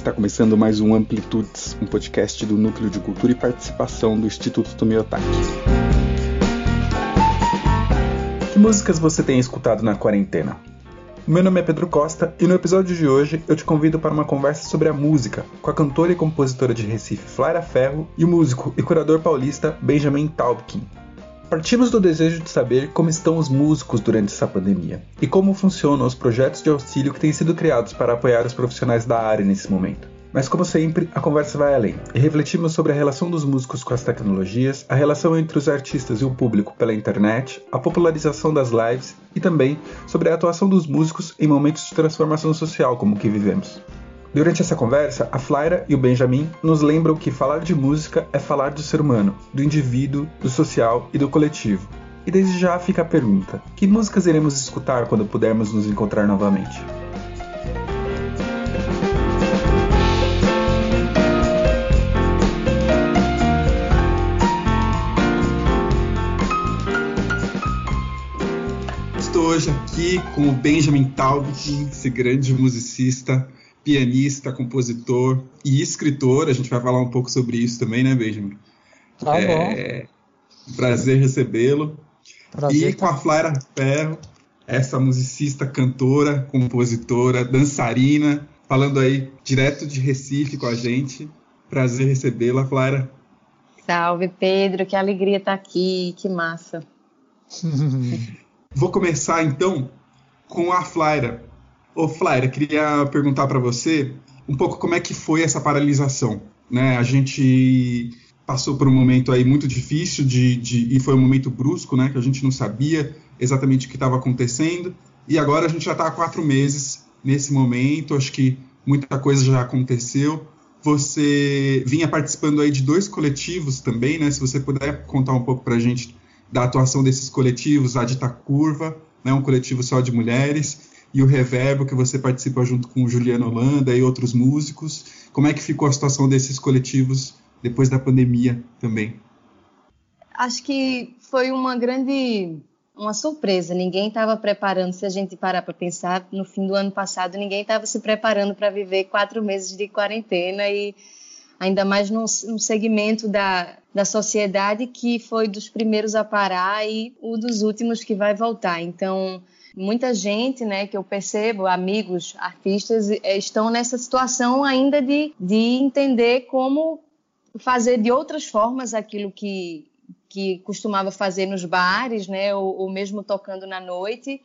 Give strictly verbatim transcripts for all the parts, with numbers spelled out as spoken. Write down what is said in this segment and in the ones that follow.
Está começando mais um Amplitudes, um podcast do Núcleo de Cultura e Participação do Instituto Tomiotaki. Que músicas você tem escutado na quarentena? Meu nome é Pedro Costa e no episódio de hoje eu te convido para uma conversa sobre a música com a cantora e compositora de Recife Flaira Ferro e o músico e curador paulista Benjamin Taubkin. Partimos do desejo de saber como estão os músicos durante essa pandemia e como funcionam os projetos de auxílio que têm sido criados para apoiar os profissionais da área nesse momento. Mas como sempre, a conversa vai além e refletimos sobre a relação dos músicos com as tecnologias, a relação entre os artistas e o público pela internet, a popularização das lives e também sobre a atuação dos músicos em momentos de transformação social como o que vivemos. Durante essa conversa, a Flaira e o Benjamin nos lembram que falar de música é falar do ser humano, do indivíduo, do social e do coletivo. E desde já fica a pergunta: que músicas iremos escutar quando pudermos nos encontrar novamente? Estou hoje aqui com o Benjamin Taubkin, esse grande musicista, pianista, compositor e escritor. A gente vai falar um pouco sobre isso também, né, Benjamin? Tá é... bom. Prazer recebê-lo. Prazer, e com a Flaira Ferro, essa musicista, cantora, compositora, dançarina, falando aí direto de Recife com a gente. Prazer recebê-la, Flaira. Salve, Pedro. Que alegria estar aqui. Que massa. Vou começar, então, com a Flaira. Ô, Flaira, queria perguntar para você um pouco como é que foi essa paralisação, né? A gente passou por um momento aí muito difícil de, de, e foi um momento brusco, né? Que a gente não sabia exatamente o que estava acontecendo. E agora a gente já está há quatro meses nesse momento. Acho que muita coisa já aconteceu. Você vinha participando aí de dois coletivos também, né? Se você puder contar um pouco para a gente da atuação desses coletivos, a Dita Curva, né? Um coletivo só de mulheres, e o Reverbo, que você participa junto com o Juliano Holanda e outros músicos. Como é que ficou a situação desses coletivos depois da pandemia também? Acho que foi uma grande, uma surpresa. Ninguém estava preparando, se a gente parar para pensar, no fim do ano passado, ninguém estava se preparando para viver quatro meses de quarentena e ainda mais num, num segmento da, da sociedade que foi dos primeiros a parar e o dos últimos que vai voltar. Então, muita gente, né, que eu percebo, amigos, artistas, estão nessa situação ainda de, de entender como fazer de outras formas aquilo que, que costumava fazer nos bares, né, ou, ou mesmo tocando na noite,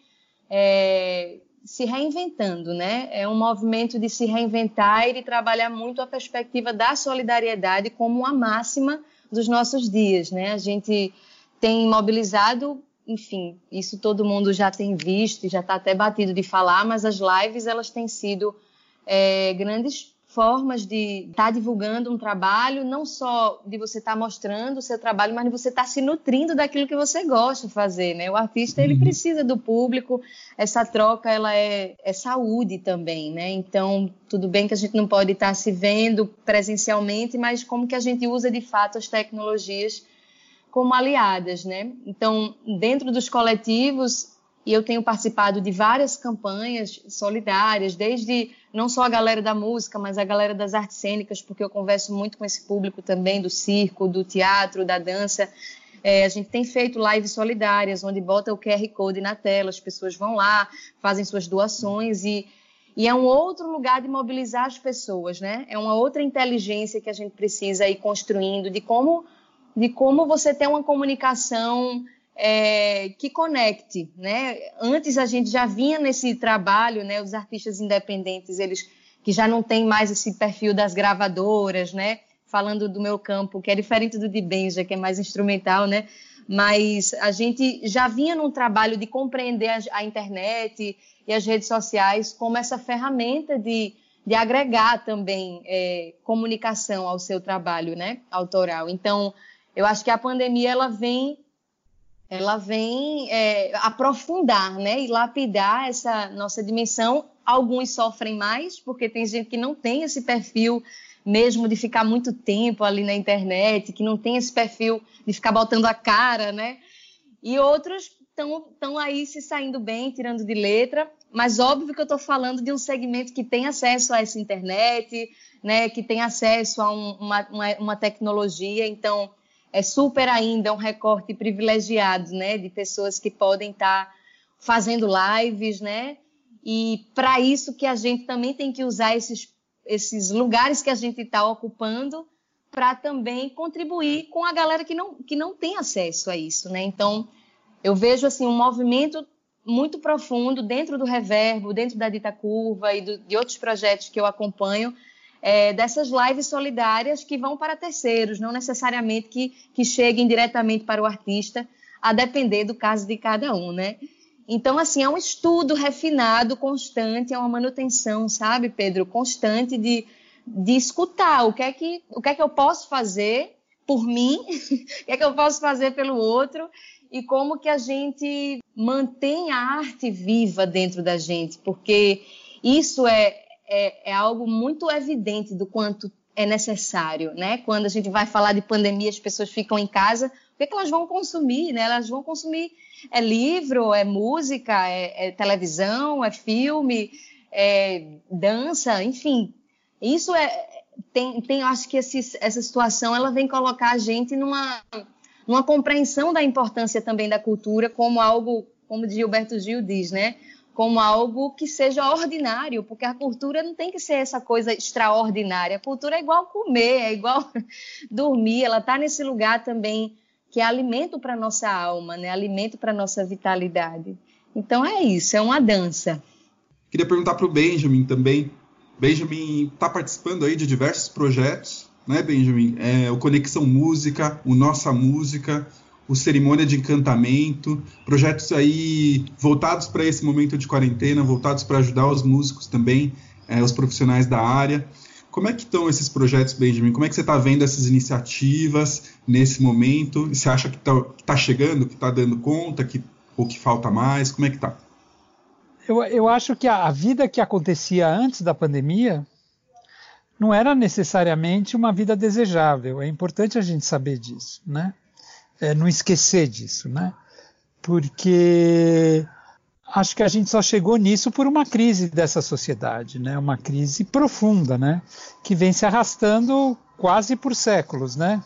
é, se reinventando, né? É um movimento de se reinventar e de trabalhar muito a perspectiva da solidariedade como uma máxima dos nossos dias, né? A gente tem mobilizado. Enfim, isso todo mundo já tem visto e já está até batido de falar, mas as lives elas têm sido é, grandes formas de estar tá divulgando um trabalho, não só de você estar tá mostrando o seu trabalho, mas de você estar tá se nutrindo daquilo que você gosta de fazer, né? O artista, ele precisa do público, essa troca, ela é, é saúde também, né? Então, tudo bem que a gente não pode estar tá se vendo presencialmente, mas como que a gente usa de fato as tecnologias como aliadas, né? Então, dentro dos coletivos, e eu tenho participado de várias campanhas solidárias, desde não só a galera da música, mas a galera das artes cênicas, porque eu converso muito com esse público também do circo, do teatro, da dança. É, a gente tem feito lives solidárias, onde bota o Q R Code na tela, as pessoas vão lá, fazem suas doações e E é um outro lugar de mobilizar as pessoas, né? É uma outra inteligência que a gente precisa ir construindo de como de como você ter uma comunicação é, que conecte, né? Antes a gente já vinha nesse trabalho, né? Os artistas independentes, eles que já não têm mais esse perfil das gravadoras, né? Falando do meu campo, que é diferente do de Benja, que é mais instrumental, né? Mas a gente já vinha num trabalho de compreender a, a internet e as redes sociais como essa ferramenta de, de agregar também é, comunicação ao seu trabalho, né? Autoral. Então, eu acho que a pandemia ela vem, ela vem é, aprofundar, né, e lapidar essa nossa dimensão. Alguns sofrem mais, porque tem gente que não tem esse perfil mesmo de ficar muito tempo ali na internet, que não tem esse perfil de ficar botando a cara, né? E outros estão aí se saindo bem, tirando de letra, mas óbvio que eu estou falando de um segmento que tem acesso a essa internet, né, que tem acesso a um, uma, uma, uma tecnologia, então é super ainda um recorte privilegiado, né, de pessoas que podem estar tá fazendo lives, né, e para isso que a gente também tem que usar esses, esses lugares que a gente está ocupando para também contribuir com a galera que não, que não tem acesso a isso, né, então eu vejo assim, um movimento muito profundo dentro do Reverbo, dentro da Dita Curva e do, de outros projetos que eu acompanho, é, dessas lives solidárias que vão para terceiros, não necessariamente que, que cheguem diretamente para o artista, a depender do caso de cada um, né? Então, assim, é um estudo refinado, constante, é uma manutenção, sabe, Pedro? Constante de, de escutar o que, é que, o que é que eu posso fazer por mim, o que é que eu posso fazer pelo outro, e como que a gente mantém a arte viva dentro da gente, porque isso é, é, é algo muito evidente do quanto é necessário, né? Quando a gente vai falar de pandemia, as pessoas ficam em casa, o que é que elas vão consumir, né? Elas vão consumir é livro, é música, é, é televisão, é filme, é dança, enfim. Isso é... Tem, tem, acho que esse, essa situação ela vem colocar a gente numa... uma compreensão da importância também da cultura como algo, como Gilberto Gil diz, né? Como algo que seja ordinário, porque a cultura não tem que ser essa coisa extraordinária. A cultura é igual comer, é igual dormir, ela está nesse lugar também que é alimento para a nossa alma, né? Alimento para a nossa vitalidade. Então é isso, é uma dança. Queria perguntar para o Benjamin também. Benjamin está participando aí de diversos projetos, né, Benjamin? É, o Conexão Música, o Nossa Música, o Cerimônia de Encantamento, projetos aí voltados para esse momento de quarentena, voltados para ajudar os músicos também, é, os profissionais da área. Como é que estão esses projetos, Benjamin? Como é que você está vendo essas iniciativas nesse momento? Você acha que está tá chegando, que está dando conta, que, ou que falta mais? Como é que está? Eu, eu acho que a, a vida que acontecia antes da pandemia não era necessariamente uma vida desejável. É importante a gente saber disso, né? É, não esquecer disso, né? Porque acho que a gente só chegou nisso por uma crise dessa sociedade, né? Uma crise profunda, né? Que vem se arrastando quase por séculos, né?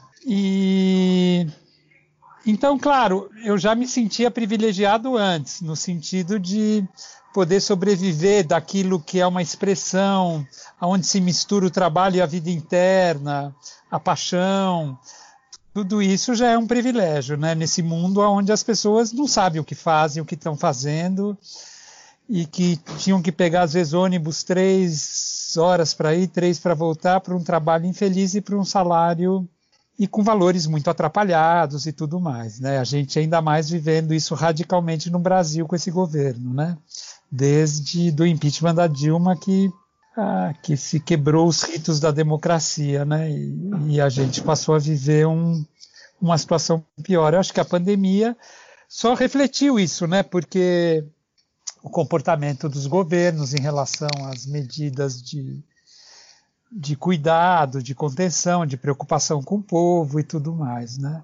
E então, claro, eu já me sentia privilegiado antes, no sentido de poder sobreviver daquilo que é uma expressão onde se mistura o trabalho e a vida interna, a paixão. Tudo isso já é um privilégio, né? Nesse mundo onde as pessoas não sabem o que fazem, o que estão fazendo, e que tinham que pegar, às vezes, ônibus três horas para ir, três para voltar, para um trabalho infeliz e para um salário e com valores muito atrapalhados e tudo mais, né? A gente ainda mais vivendo isso radicalmente no Brasil com esse governo, né? Desde do impeachment da Dilma que, ah, que se quebrou os ritos da democracia, né? E, e a gente passou a viver um, uma situação pior. Eu acho que a pandemia só refletiu isso, né? Porque o comportamento dos governos em relação às medidas de de cuidado, de contenção, de preocupação com o povo e tudo mais, né?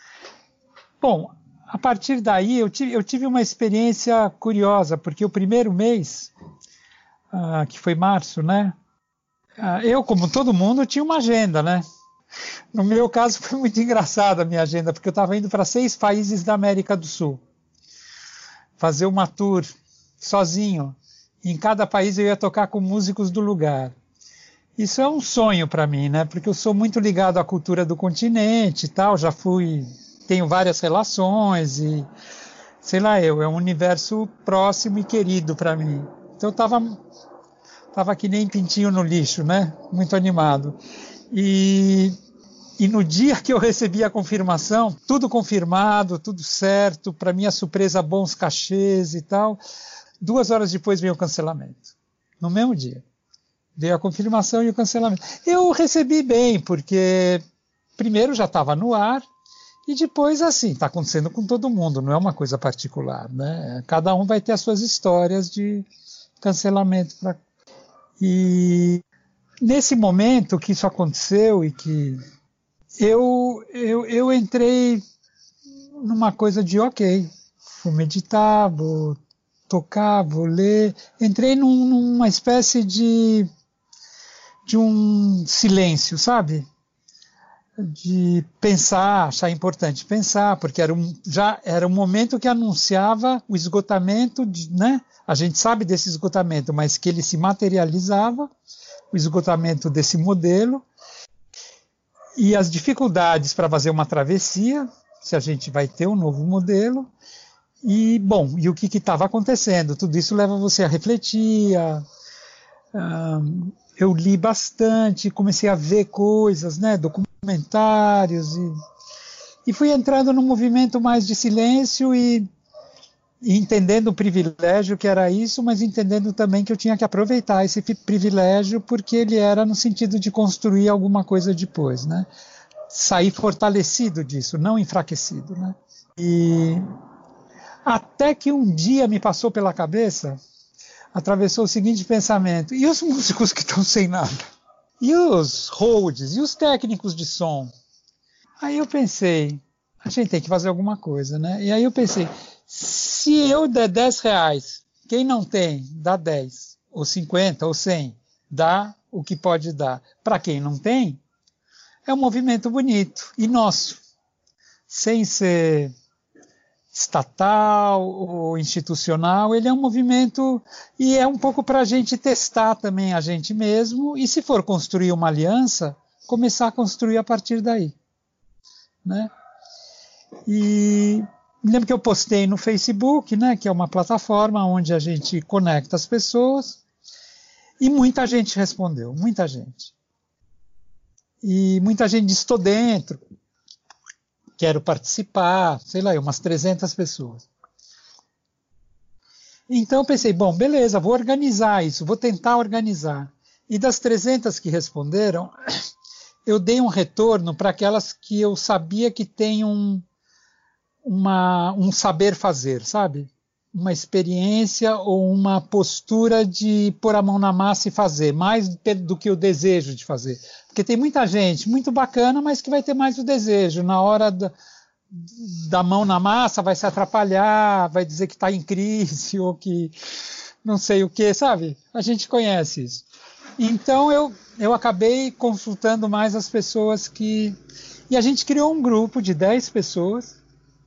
Bom, a partir daí eu tive, eu tive uma experiência curiosa, porque o primeiro mês, ah, que foi março, né? Ah, eu, como todo mundo, tinha uma agenda, né? No meu caso foi muito engraçada a minha agenda, porque eu estava indo para seis países da América do Sul, fazer uma tour sozinho. Em cada país eu ia tocar com músicos do lugar. Isso é um sonho para mim, né? Porque eu sou muito ligado à cultura do continente e tal, já fui, tenho várias relações e, sei lá, eu, é um universo próximo e querido para mim. Então eu tava, tava que nem pintinho no lixo, né? Muito animado. E, e no dia que eu recebi a confirmação, tudo confirmado, tudo certo, para minha surpresa, bons cachês e tal, duas horas depois veio o cancelamento. No mesmo dia. Veio a confirmação e o cancelamento. Eu recebi bem, porque primeiro já estava no ar, e depois, assim, está acontecendo com todo mundo, não é uma coisa particular, né? Cada um vai ter as suas histórias de cancelamento. Pra... E nesse momento que isso aconteceu e que eu, eu, eu entrei numa coisa de ok, vou meditar, vou tocar, vou ler. Entrei num, numa espécie de, de um silêncio, sabe? De pensar, achar importante pensar, porque era um, já era um momento que anunciava o esgotamento, de, né? A gente sabe desse esgotamento, mas que ele se materializava, o esgotamento desse modelo, e as dificuldades para fazer uma travessia, se a gente vai ter um novo modelo, e, bom, e o que estava acontecendo? Tudo isso leva você a refletir, a, a, eu li bastante, comecei a ver coisas, né, documentários, e, e fui entrando num movimento mais de silêncio e, e entendendo o privilégio que era isso, mas entendendo também que eu tinha que aproveitar esse privilégio porque ele era no sentido de construir alguma coisa depois, né? Sair fortalecido disso, não enfraquecido, né? E até que um dia me passou pela cabeça, atravessou o seguinte pensamento: e os músicos que estão sem nada? E os holds? E os técnicos de som? Aí eu pensei, a gente tem que fazer alguma coisa, né? E aí eu pensei, se eu der dez reais, quem não tem, dá dez, ou cinquenta, ou cem, dá o que pode dar. Para quem não tem, é um movimento bonito e nosso, sem ser estatal ou institucional, ele é um movimento e é um pouco para a gente testar também a gente mesmo e, se for construir uma aliança, começar a construir a partir daí, né? E me lembro que eu postei no Facebook, né, que é uma plataforma onde a gente conecta as pessoas, e muita gente respondeu, muita gente. E muita gente disse: estou dentro, quero participar, sei lá, umas trezentas pessoas. Então eu pensei, bom, beleza, vou organizar isso, vou tentar organizar. E das trezentas que responderam, eu dei um retorno para aquelas que eu sabia que têm um, uma, um saber fazer, sabe? Uma experiência ou uma postura de pôr a mão na massa e fazer, mais do que o desejo de fazer. Porque tem muita gente muito bacana, mas que vai ter mais o desejo. Na hora da, da mão na massa vai se atrapalhar, vai dizer que está em crise ou que não sei o que, sabe? A gente conhece isso. Então eu, eu acabei consultando mais as pessoas que... E a gente criou um grupo de dez pessoas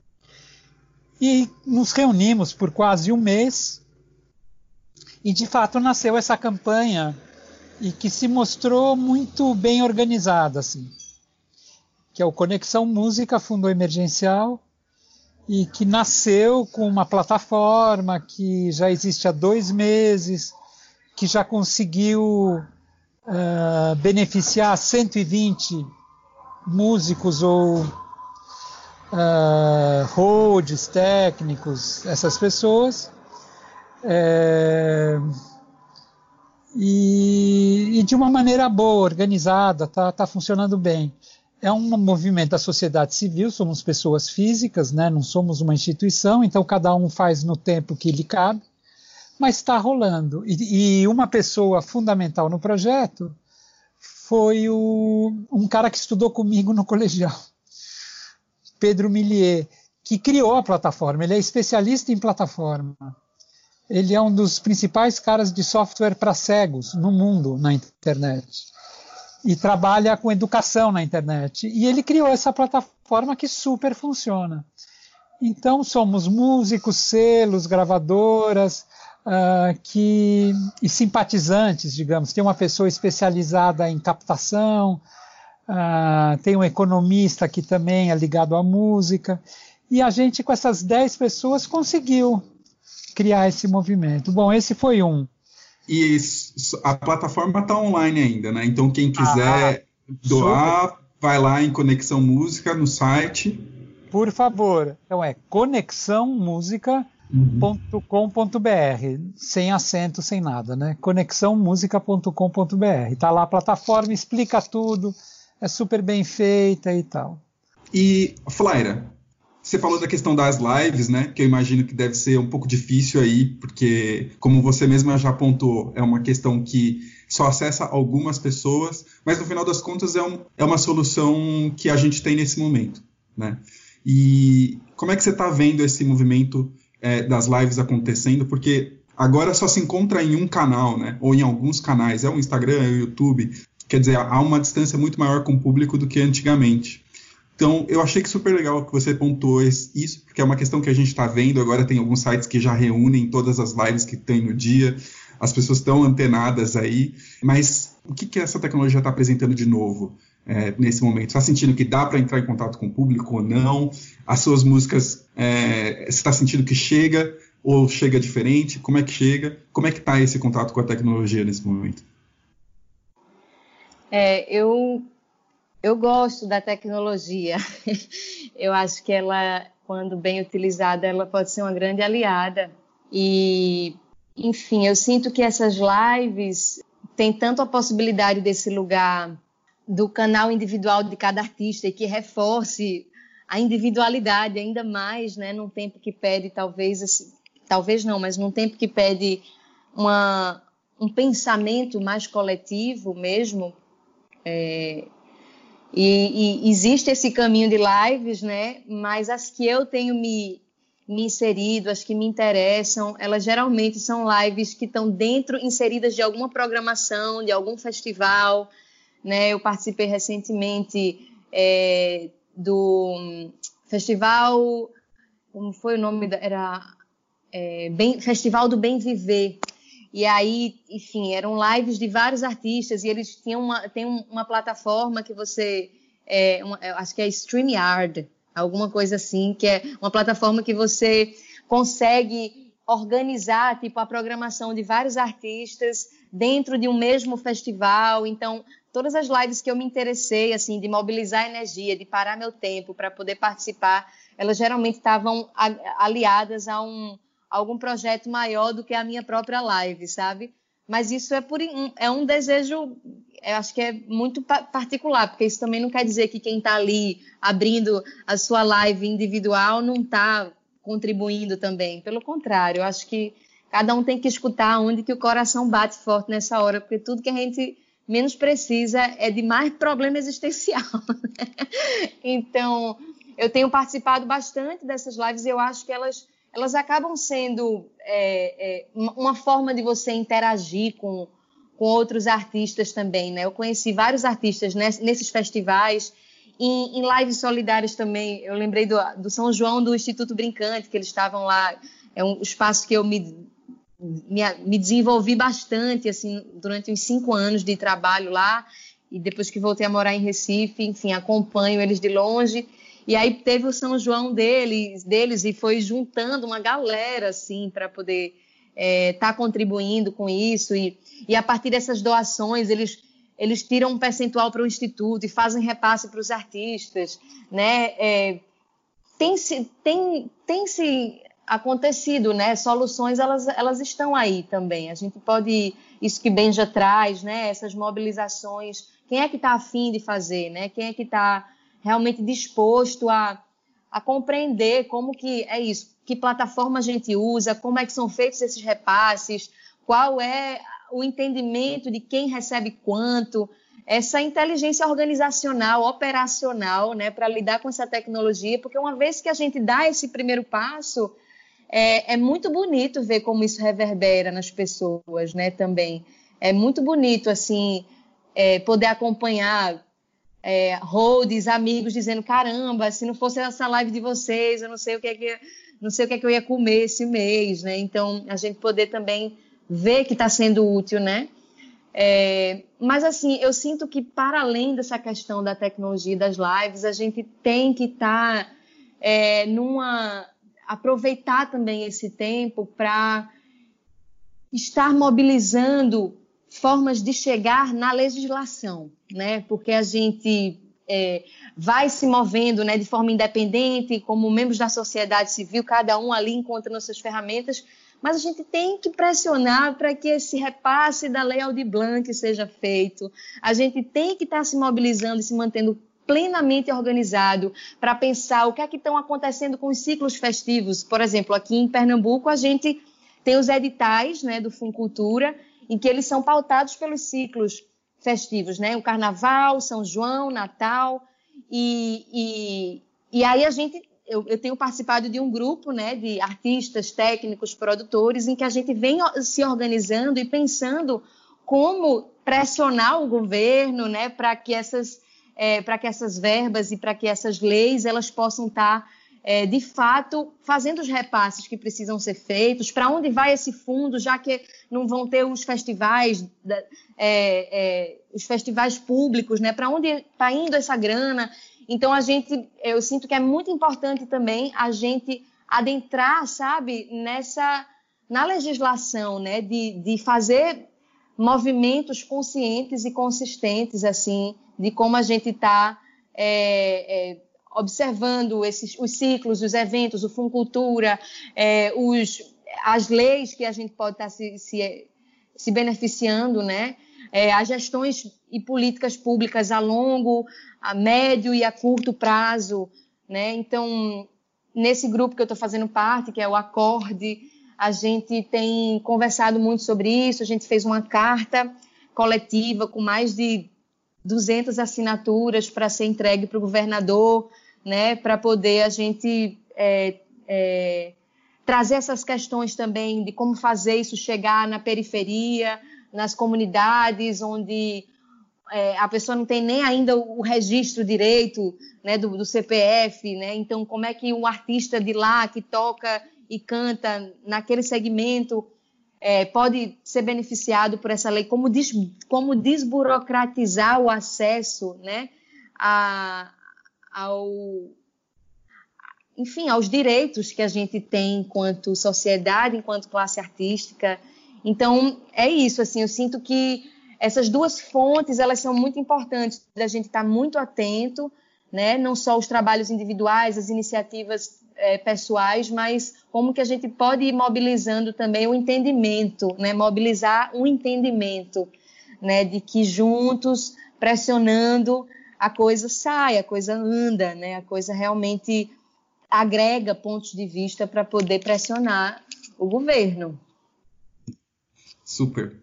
e nos reunimos por quase um mês e de fato nasceu essa campanha e que se mostrou muito bem organizada, assim, que é o Conexão Música Fundo Emergencial, e que nasceu com uma plataforma que já existe há dois meses, que já conseguiu uh, beneficiar cento e vinte músicos ou uh, holds, técnicos, essas pessoas. É, e, e de uma maneira boa, organizada, está tá funcionando bem. É um movimento da sociedade civil, somos pessoas físicas, né? Não somos uma instituição, então cada um faz no tempo que lhe cabe, mas está rolando. E, e uma pessoa fundamental no projeto foi o, um cara que estudou comigo no colegial, Pedro Millier, que criou a plataforma. Ele é especialista em plataforma. Ele é um dos principais caras de software para cegos no mundo, na internet. E trabalha com educação na internet. E ele criou essa plataforma que super funciona. Então, somos músicos, selos, gravadoras, uh, que, e simpatizantes, digamos. Tem uma pessoa especializada em captação, uh, tem um economista que também é ligado à música. E a gente, com essas dez pessoas, conseguiu criar esse movimento. Bom, esse foi um. E a plataforma está online ainda, né? Então quem quiser ah, doar, super. Vai lá em Conexão Música no site. Por favor. Então é conexão música ponto com ponto b r, uhum. Sem acento, sem nada, né? conexão música ponto com ponto b r. Está lá a plataforma, explica tudo, é super bem feita e tal. E, Flaira, você falou da questão das lives, né? Que eu imagino que deve ser um pouco difícil aí, porque, como você mesma já apontou, é uma questão que só acessa algumas pessoas, mas no final das contas é, um, é uma solução que a gente tem nesse momento, né? E como é que você está vendo esse movimento é, das lives acontecendo, porque agora só se encontra em um canal, né? Ou em alguns canais, é o Instagram, é o YouTube. Quer dizer, há uma distância muito maior com o público do que antigamente. Então, eu achei que super legal que você pontuou isso, porque é uma questão que a gente está vendo. Agora tem alguns sites que já reúnem todas as lives que tem no dia. As pessoas estão antenadas aí. Mas o que, que essa tecnologia está apresentando de novo é, nesse momento? Você está sentindo que dá para entrar em contato com o público ou não? As suas músicas, é, você está sentindo que chega ou chega diferente? Como é que chega? Como é que está esse contato com a tecnologia nesse momento? É, eu... Eu gosto da tecnologia. Eu acho que ela, quando bem utilizada, ela pode ser uma grande aliada. E, enfim, eu sinto que essas lives têm tanto a possibilidade desse lugar do canal individual de cada artista e que reforce a individualidade ainda mais, né, num tempo que pede, talvez, assim, talvez não, mas num tempo que pede uma, um pensamento mais coletivo mesmo. É, E, e existe esse caminho de lives, né? Mas as que eu tenho me, me inserido, as que me interessam, elas geralmente são lives que estão dentro, inseridas de alguma programação, de algum festival, né? Eu participei recentemente é, do festival, como foi o nome? Da, era é, Bem, Festival do Bem Viver. E aí, enfim, eram lives de vários artistas e eles tinham uma, tem uma plataforma que você, é, uma, acho que é StreamYard, alguma coisa assim, que é uma plataforma que você consegue organizar, tipo, a programação de vários artistas dentro de um mesmo festival. Então, todas as lives que eu me interessei, assim, de mobilizar energia, de parar meu tempo para poder participar, elas geralmente estavam aliadas a um algum projeto maior do que a minha própria live, sabe? Mas isso é, por, é um desejo, eu acho que é muito particular, porque isso também não quer dizer que quem está ali abrindo a sua live individual não está contribuindo também. Pelo contrário, eu acho que cada um tem que escutar onde que o coração bate forte nessa hora, porque tudo que a gente menos precisa é de mais problema existencial. Então, eu tenho participado bastante dessas lives e eu acho que elas elas acabam sendo é, é, uma forma de você interagir com, com outros artistas também, né? Eu conheci vários artistas nesses festivais, em, em lives solidárias também. Eu lembrei do, do São João do Instituto Brincante, que eles estavam lá. É um espaço que eu me, me, me desenvolvi bastante, assim, durante uns cinco anos de trabalho lá, e depois que voltei a morar em Recife, enfim, acompanho eles de longe. E aí teve o São João deles, deles e foi juntando uma galera, assim, para poder estar é, tá contribuindo com isso. E, e a partir dessas doações, eles, eles tiram um percentual para o Instituto e fazem repasse para os artistas, né? É, tem se, tem, tem se acontecido, né? Soluções, elas, elas estão aí também. A gente pode, isso que Benja traz, né? Essas mobilizações. Quem é que está afim de fazer, né? Quem é que está realmente disposto a, a compreender como que é isso, que plataforma a gente usa, como é que são feitos esses repasses, qual é o entendimento de quem recebe quanto, essa inteligência organizacional, operacional, né, para lidar com essa tecnologia, porque uma vez que a gente dá esse primeiro passo, é, é muito bonito ver como isso reverbera nas pessoas, né, também. É muito bonito, assim, é, poder acompanhar É, holds, amigos dizendo, caramba, se não fosse essa live de vocês, eu não sei o que é que, não sei o que é que eu ia comer esse mês, né? Então, a gente poder também ver que está sendo útil, né? É, mas, assim, eu sinto que, para além dessa questão da tecnologia das lives, a gente tem que estar tá, é, numa... aproveitar também esse tempo para estar mobilizando formas de chegar na legislação, né? Porque a gente é, vai se movendo, né, de forma independente, como membros da sociedade civil, cada um ali encontrando suas ferramentas, mas a gente tem que pressionar para que esse repasse da Lei Aldir Blanc seja feito. A gente tem que estar se mobilizando e se mantendo plenamente organizado para pensar o que é que estão acontecendo com os ciclos festivos. Por exemplo, aqui em Pernambuco, a gente tem os editais, né, do Funcultura, em que eles são pautados pelos ciclos festivos, né? O Carnaval, São João, Natal, e, e, e aí a gente eu, eu tenho participado de um grupo, né, de artistas, técnicos, produtores, em que a gente vem se organizando e pensando como pressionar o governo, né, para que essas, é, para que essas verbas e para que essas leis elas possam estar, é, de fato, fazendo os repasses que precisam ser feitos, para onde vai esse fundo, já que não vão ter os festivais, é, é, os festivais públicos, né, para onde está indo essa grana. Então, a gente, eu sinto que é muito importante também a gente adentrar, sabe, nessa, na legislação, né, de, de fazer movimentos conscientes e consistentes, assim, de como a gente está é, é, observando esses, os ciclos, os eventos, o Funcultura, é, os, as leis que a gente pode estar tá se, se, se beneficiando, né, é, as gestões e políticas públicas a longo, a médio e a curto prazo, né? Então, nesse grupo que eu estou fazendo parte, que é o Acorde, a gente tem conversado muito sobre isso, a gente fez uma carta coletiva com mais de duzentas assinaturas para ser entregue para o governador, né? Para poder a gente é, é, trazer essas questões também de como fazer isso chegar na periferia, nas comunidades onde é, a pessoa não tem nem ainda o registro direito, né, do, do C P F, né? Então, como é que um artista de lá que toca e canta naquele segmento é, pode ser beneficiado por essa lei? Como, des, como desburocratizar o acesso, né, a, ao, enfim, aos direitos que a gente tem enquanto sociedade, enquanto classe artística. Então, é isso, assim, eu sinto que essas duas fontes, elas são muito importantes, da gente estar muito atento, né? Não só os trabalhos individuais, as iniciativas é, pessoais, mas como que a gente pode ir mobilizando também o entendimento, né? Mobilizar um entendimento, né? De que juntos, pressionando, a coisa sai, a coisa anda, né? A coisa realmente agrega pontos de vista para poder pressionar o governo. Super.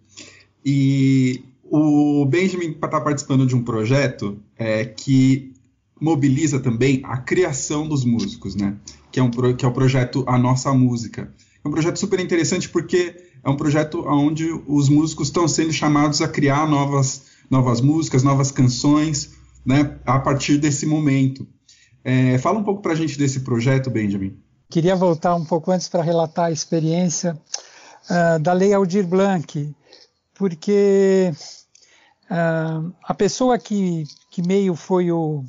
E o Benjamin está participando de um projeto é, que mobiliza também a criação dos músicos, né? Que é, um, que é o projeto A Nossa Música. É um projeto super interessante porque é um projeto onde os músicos estão sendo chamados a criar novas, novas músicas, novas canções, né? A partir desse momento. É, fala um pouco para a gente desse projeto, Benjamin. Queria voltar um pouco antes para relatar a experiência uh, da Lei Aldir Blanc, porque uh, a pessoa que, que meio foi o,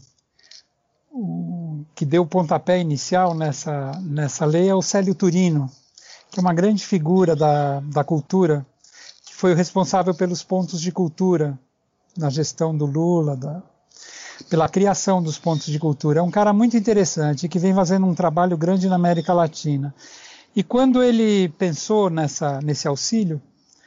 o que deu o pontapé inicial nessa, nessa lei é o Célio Turino, que é uma grande figura da, da cultura, que foi o responsável pelos pontos de cultura na gestão do Lula, da, pela criação dos pontos de cultura. É um cara muito interessante, que vem fazendo um trabalho grande na América Latina. E quando ele pensou nessa, nesse auxílio,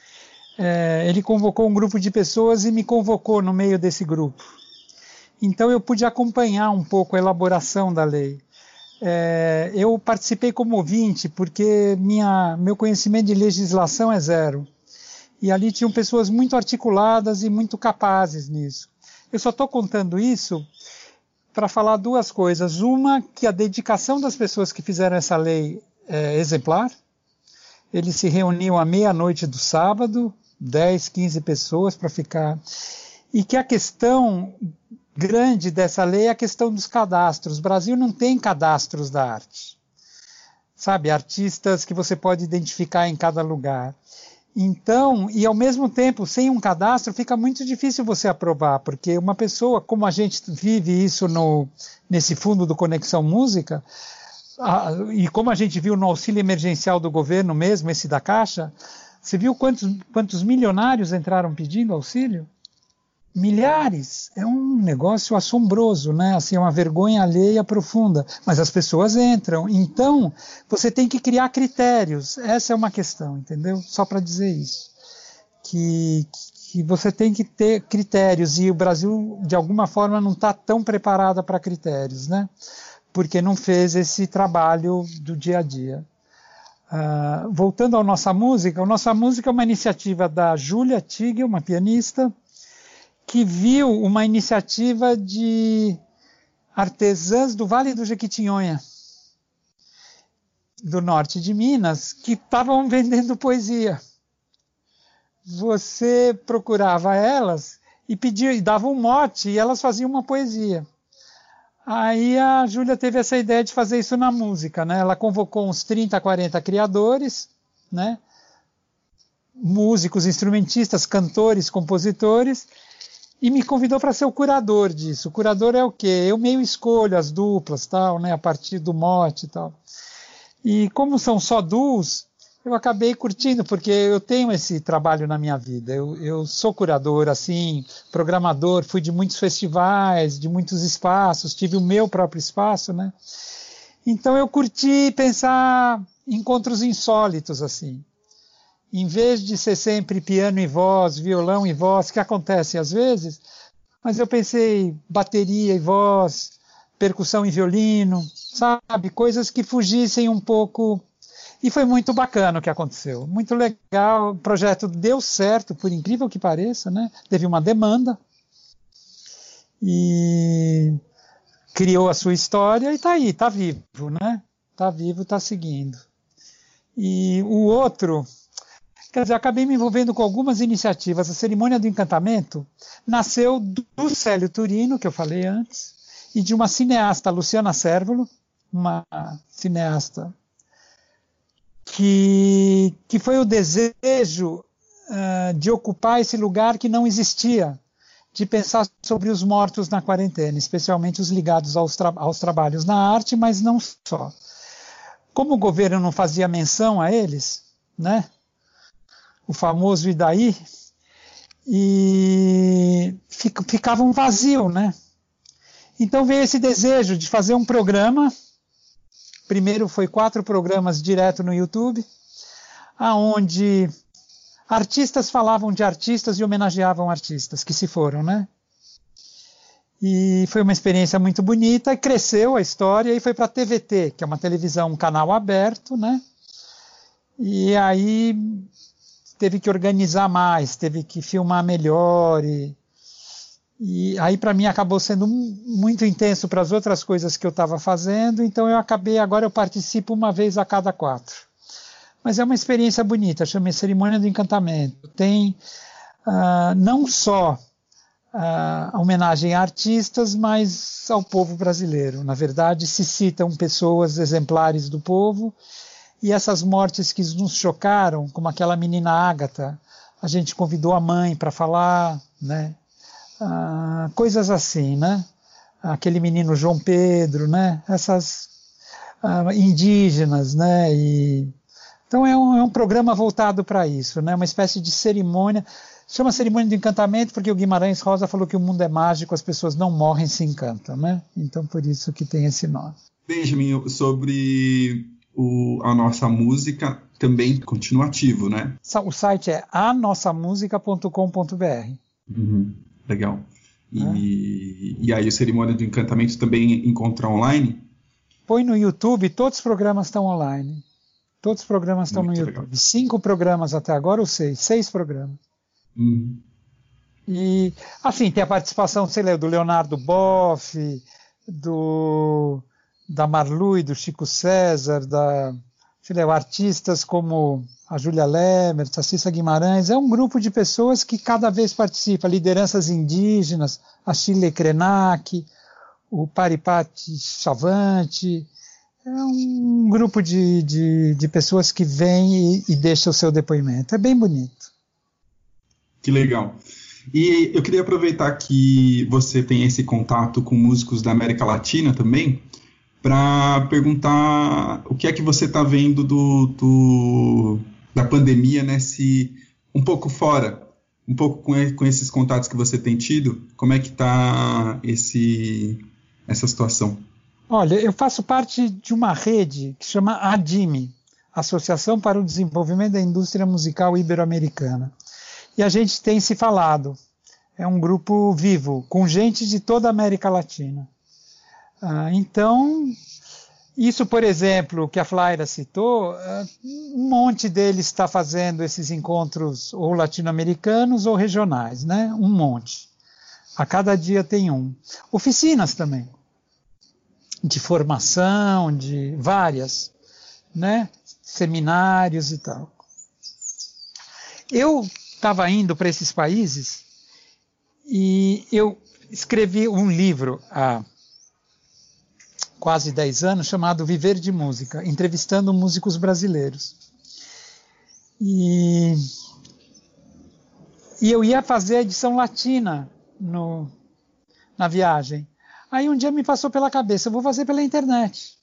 É, ele convocou um grupo de pessoas e me convocou no meio desse grupo. Então eu pude acompanhar um pouco a elaboração da lei. É, eu participei como ouvinte porque minha, meu conhecimento de legislação é zero. E ali tinham pessoas muito articuladas e muito capazes nisso. Eu só estou contando isso para falar duas coisas. Uma, que a dedicação das pessoas que fizeram essa lei é exemplar. Eles se reuniam à meia-noite do sábado, dez, quinze pessoas para ficar. E que a questão grande dessa lei é a questão dos cadastros. O Brasil não tem cadastros da arte. Sabe, artistas que você pode identificar em cada lugar. Então, e ao mesmo tempo, sem um cadastro, fica muito difícil você aprovar, porque uma pessoa, como a gente vive isso no, nesse fundo do Conexão Música, a, e como a gente viu no auxílio emergencial do governo mesmo, esse da Caixa, você viu quantos, quantos milionários entraram pedindo auxílio? Milhares. É um negócio assombroso, né? Assim, é uma vergonha alheia profunda. Mas as pessoas entram. Então, você tem que criar critérios. Essa é uma questão, entendeu? Só para dizer isso. Que, que você tem que ter critérios. E o Brasil, de alguma forma, não está tão preparado para critérios, né? Porque não fez esse trabalho do dia a dia. Uh, voltando à Nossa Música, a Nossa Música é uma iniciativa da Júlia Tigel, uma pianista, que viu uma iniciativa de artesãs do Vale do Jequitinhonha, do norte de Minas que estavam vendendo poesia. Você procurava elas e pedia, e dava um mote e elas faziam uma poesia. Aí a Júlia teve essa ideia de fazer isso na música, né? Ela convocou uns trinta, quarenta criadores, né? Músicos, instrumentistas, cantores, compositores, e me convidou para ser o curador disso. O curador é o quê? Eu meio escolho as duplas, tal, né? A partir do mote e tal. E como são só duos, eu acabei curtindo, porque eu tenho esse trabalho na minha vida. Eu, eu sou curador, assim, programador, fui de muitos festivais, de muitos espaços, tive o meu próprio espaço, né? Então eu curti pensar encontros insólitos, assim. Em vez de ser sempre piano e voz, violão e voz, que acontece às vezes, mas eu pensei bateria e voz, percussão e violino, sabe? Coisas que fugissem um pouco. E foi muito bacana o que aconteceu. Muito legal. O projeto deu certo, por incrível que pareça, né? Teve uma demanda. E criou a sua história e está aí, está vivo, né? Está vivo, está seguindo. E o outro, quer dizer, acabei me envolvendo com algumas iniciativas. A Cerimônia do Encantamento nasceu do Célio Turino, que eu falei antes, e de uma cineasta, Luciana Cérvulo, uma cineasta que, que foi o desejo uh, de ocupar esse lugar que não existia, de pensar sobre os mortos na quarentena, especialmente os ligados aos, tra aos trabalhos na arte, mas não só. Como o governo não fazia menção a eles, né? O famoso e daí, e ficava um vazio, né? Então veio esse desejo de fazer um programa. Primeiro foi quatro programas direto no YouTube, aonde artistas falavam de artistas e homenageavam artistas que se foram, né? E foi uma experiência muito bonita, e cresceu a história e foi para a T V T, que é uma televisão, um canal aberto, né? E aí teve que organizar mais, teve que filmar melhor, e, e aí para mim acabou sendo muito intenso para as outras coisas que eu estava fazendo, então eu acabei, agora eu participo uma vez a cada quatro. Mas é uma experiência bonita, chama Cerimônia do Encantamento. Tem uh, não só uh, a homenagem a artistas, mas ao povo brasileiro. Na verdade, se citam pessoas exemplares do povo, e essas mortes que nos chocaram, como aquela menina Ágata, a gente convidou a mãe para falar, né? Ah, coisas assim, né? Aquele menino João Pedro, né? Essas ah, indígenas, né? E, então é um, é um programa voltado para isso, né? Uma espécie de cerimônia. Chama Cerimônia do Encantamento porque o Guimarães Rosa falou que o mundo é mágico, as pessoas não morrem, se encantam, né? Então por isso que tem esse nome. Benjamin, sobre O, a nossa música também continua ativo, né? O site é a nossa música ponto com ponto b r. Uhum, legal. E, ah. e aí a Cerimônia do Encantamento também encontra online? Põe no YouTube, todos os programas estão online. Todos os programas estão Muito no YouTube. Legal. Cinco programas até agora, ou seis? Seis programas. Uhum. E, assim, tem a participação, sei lá, do Leonardo Boff, do... da Marlu e do Chico César, da, sei lá, artistas como a Júlia Lemer, a Cissa Guimarães. É um grupo de pessoas que cada vez participa, lideranças indígenas, a Chile Krenak, o Paripati Chavante. É um grupo de, de, de pessoas que vem e, e deixa o seu depoimento. É bem bonito. Que legal. E eu queria aproveitar que você tem esse contato com músicos da América Latina também, para perguntar o que é que você está vendo do, do, da pandemia, né? Se, um pouco fora, um pouco com, com esses contatos que você tem tido, como é que está essa situação? Olha, eu faço parte de uma rede que se chama A D I M, Associação para o Desenvolvimento da Indústria Musical Ibero-Americana. E a gente tem se falado. É um grupo vivo, com gente de toda a América Latina. Ah, então, isso, por exemplo, que a Flaira citou, ah, um monte deles está fazendo esses encontros ou latino-americanos ou regionais, né? Um monte. A cada dia tem um. Oficinas também, de formação, de várias. né? Seminários e tal. Eu estava indo para esses países e eu escrevi um livro há quase dez anos chamado Viver de Música, entrevistando músicos brasileiros. E, e eu ia fazer a edição latina no, na viagem. Aí um dia me passou pela cabeça, eu vou fazer pela internet.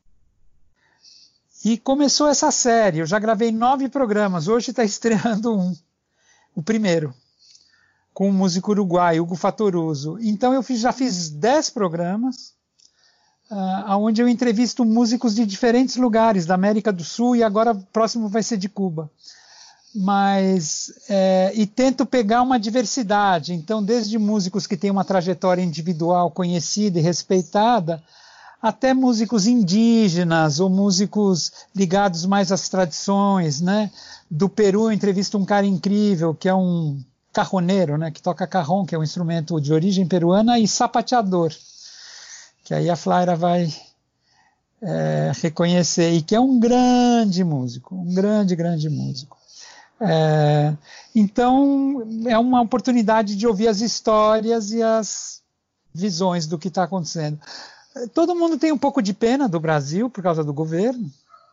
E começou essa série, eu já gravei nove programas, hoje está estreando um, o primeiro, com o músico uruguaio, Hugo Fattoruso. Então eu fiz, já fiz dez programas, uh, onde eu entrevisto músicos de diferentes lugares, da América do Sul, e agora o próximo vai ser de Cuba. Mas, é, e tento pegar uma diversidade, então desde músicos que têm uma trajetória individual conhecida e respeitada, até músicos indígenas ou músicos ligados mais às tradições, né? Do Peru eu entrevisto um cara incrível, que é um carroneiro, né? Que toca carrom, que é um instrumento de origem peruana, e sapateador, que aí a Flaira vai é, reconhecer, e que é um grande músico, um grande, grande músico. É, então, é uma oportunidade de ouvir as histórias e as visões do que está acontecendo. Todo mundo tem um pouco de pena do Brasil por causa do governo,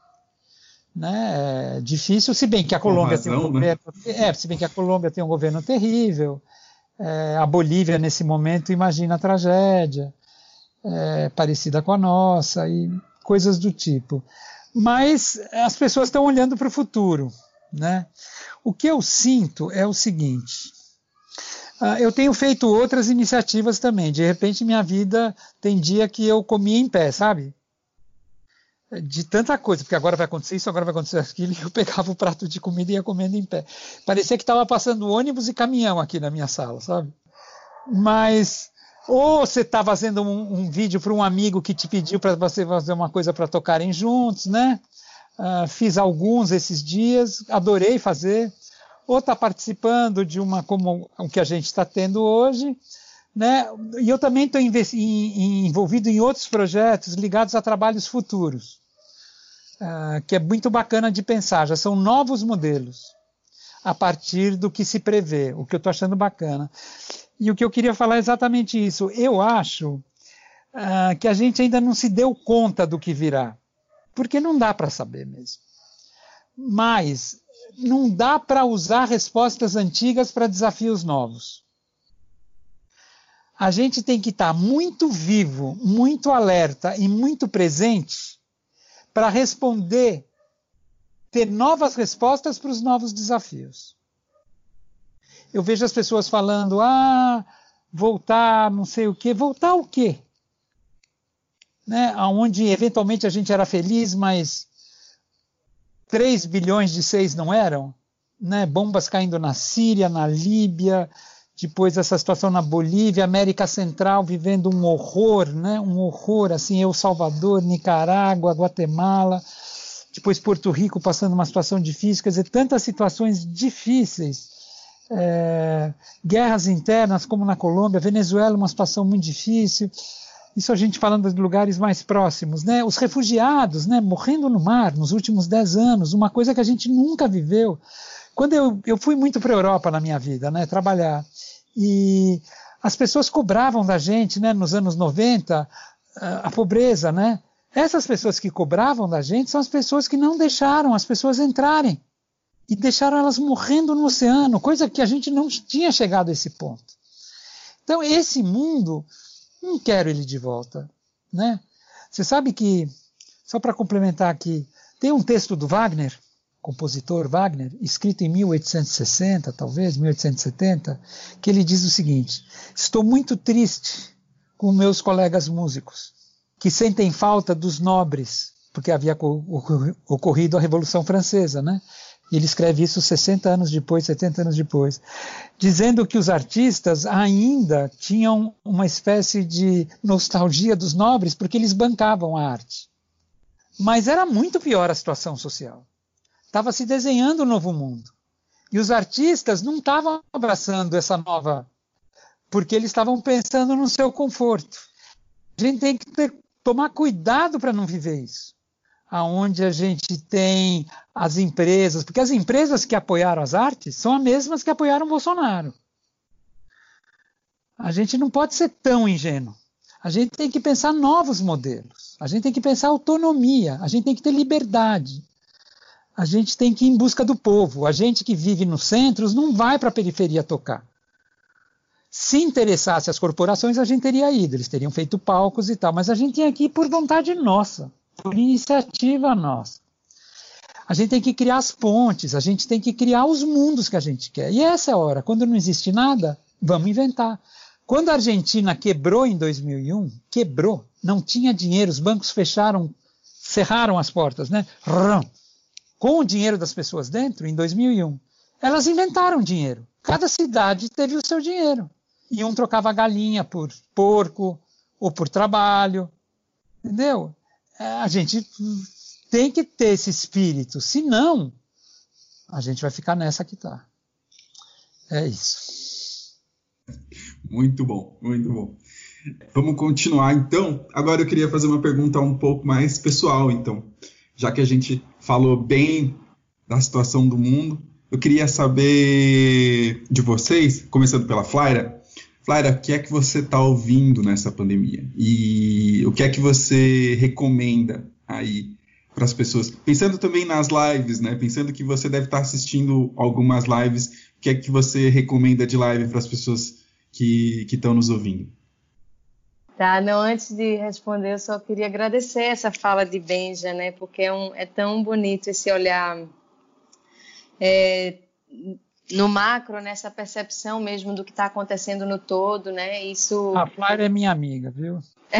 né? É difícil, se bem que a Colômbia razão, tem um governo, né? é, se bem que a Colômbia tem um governo terrível, é, a Bolívia nesse momento imagina a tragédia, é, parecida com a nossa e coisas do tipo. Mas as pessoas estão olhando para o futuro, né? O que eu sinto é o seguinte. Uh, eu tenho feito outras iniciativas também. De repente, minha vida tem dia que eu comia em pé, sabe? De tanta coisa, porque agora vai acontecer isso, agora vai acontecer aquilo, e eu pegava o prato de comida e ia comendo em pé. Parecia que estava passando ônibus e caminhão aqui na minha sala, sabe? Mas, ou você está fazendo um, um vídeo para um amigo que te pediu para você fazer uma coisa para tocarem juntos, né? Uh, fiz alguns esses dias, adorei fazer. Ou está participando de uma como o que a gente está tendo hoje, né? E eu também estou envolvido em outros projetos ligados a trabalhos futuros, uh, que é muito bacana de pensar, já são novos modelos, a partir do que se prevê, o que eu estou achando bacana. E o que eu queria falar é exatamente isso. Eu acho uh, que a gente ainda não se deu conta do que virá, porque não dá para saber mesmo. Mas não dá para usar respostas antigas para desafios novos. A gente tem que estar muito vivo, muito alerta e muito presente para responder, ter novas respostas para os novos desafios. Eu vejo as pessoas falando, ah, voltar, não sei o quê. Voltar o quê? Né? Onde eventualmente a gente era feliz, mas três bilhões de seis não eram, né? Bombas caindo na Síria, na Líbia, depois essa situação na Bolívia, América Central vivendo um horror, né? Um horror, assim, El Salvador, Nicarágua, Guatemala, depois Porto Rico passando uma situação difícil, quer dizer, tantas situações difíceis, é, guerras internas como na Colômbia, Venezuela uma situação muito difícil. Isso a gente falando de lugares mais próximos, né? Os refugiados, né? Morrendo no mar nos últimos dez anos, uma coisa que a gente nunca viveu. Quando eu, eu fui muito para a Europa na minha vida, né? Trabalhar, e as pessoas cobravam da gente, né? Nos anos noventa, a, a pobreza, né? Essas pessoas que cobravam da gente são as pessoas que não deixaram as pessoas entrarem e deixaram elas morrendo no oceano, coisa que a gente não tinha chegado a esse ponto. Então, esse mundo, não quero ele de volta, né? Você sabe que, só para complementar aqui, tem um texto do Wagner, compositor Wagner, escrito em mil oitocentos e sessenta, talvez, mil oitocentos e setenta, que ele diz o seguinte: estou muito triste com meus colegas músicos, que sentem falta dos nobres, porque havia ocorrido a Revolução Francesa, né? E ele escreve isso sessenta anos depois, setenta anos depois, dizendo que os artistas ainda tinham uma espécie de nostalgia dos nobres porque eles bancavam a arte. Mas era muito pior a situação social. Estava se desenhando um novo mundo. E os artistas não estavam abraçando essa nova, porque eles estavam pensando no seu conforto. A gente tem que ter, tomar cuidado para não viver isso. aonde a gente tem as empresas, porque as empresas que apoiaram as artes são as mesmas que apoiaram o Bolsonaro. A gente não pode ser tão ingênuo. A gente tem que pensar novos modelos. A gente tem que pensar autonomia. A gente tem que ter liberdade. A gente tem que ir em busca do povo. A gente que vive nos centros não vai para a periferia tocar. Se interessasse as corporações, a gente teria ido. Eles teriam feito palcos e tal. Mas a gente tem que ir por vontade nossa, por iniciativa nossa. A gente tem que criar as pontes. A gente tem que criar os mundos que a gente quer. E essa é a hora. Quando não existe nada, vamos inventar. Quando a Argentina quebrou em dois mil e um, quebrou, não tinha dinheiro, os bancos fecharam, cerraram as portas, né? Com o dinheiro das pessoas dentro, em dois mil e um, elas inventaram dinheiro. Cada cidade teve o seu dinheiro. E um trocava galinha por porco ou por trabalho, entendeu? A gente tem que ter esse espírito, senão a gente vai ficar nessa que tá. É isso. Muito bom, muito bom. Vamos continuar, então. Agora eu queria fazer uma pergunta um pouco mais pessoal, então. Já que a gente falou bem da situação do mundo, eu queria saber de vocês, começando pela Flaira. Flaira, o que é que você está ouvindo nessa pandemia? E o que é que você recomenda aí para as pessoas? Pensando também nas lives, né? Pensando que você deve estar assistindo algumas lives, o que é que você recomenda de live para as pessoas que estão nos ouvindo? Tá, não, antes de responder, eu só queria agradecer essa fala de Benja, né? Porque é, um, é tão bonito esse olhar é, no macro, nessa percepção mesmo do que está acontecendo no todo, né? Isso... A Flávia é minha amiga, viu?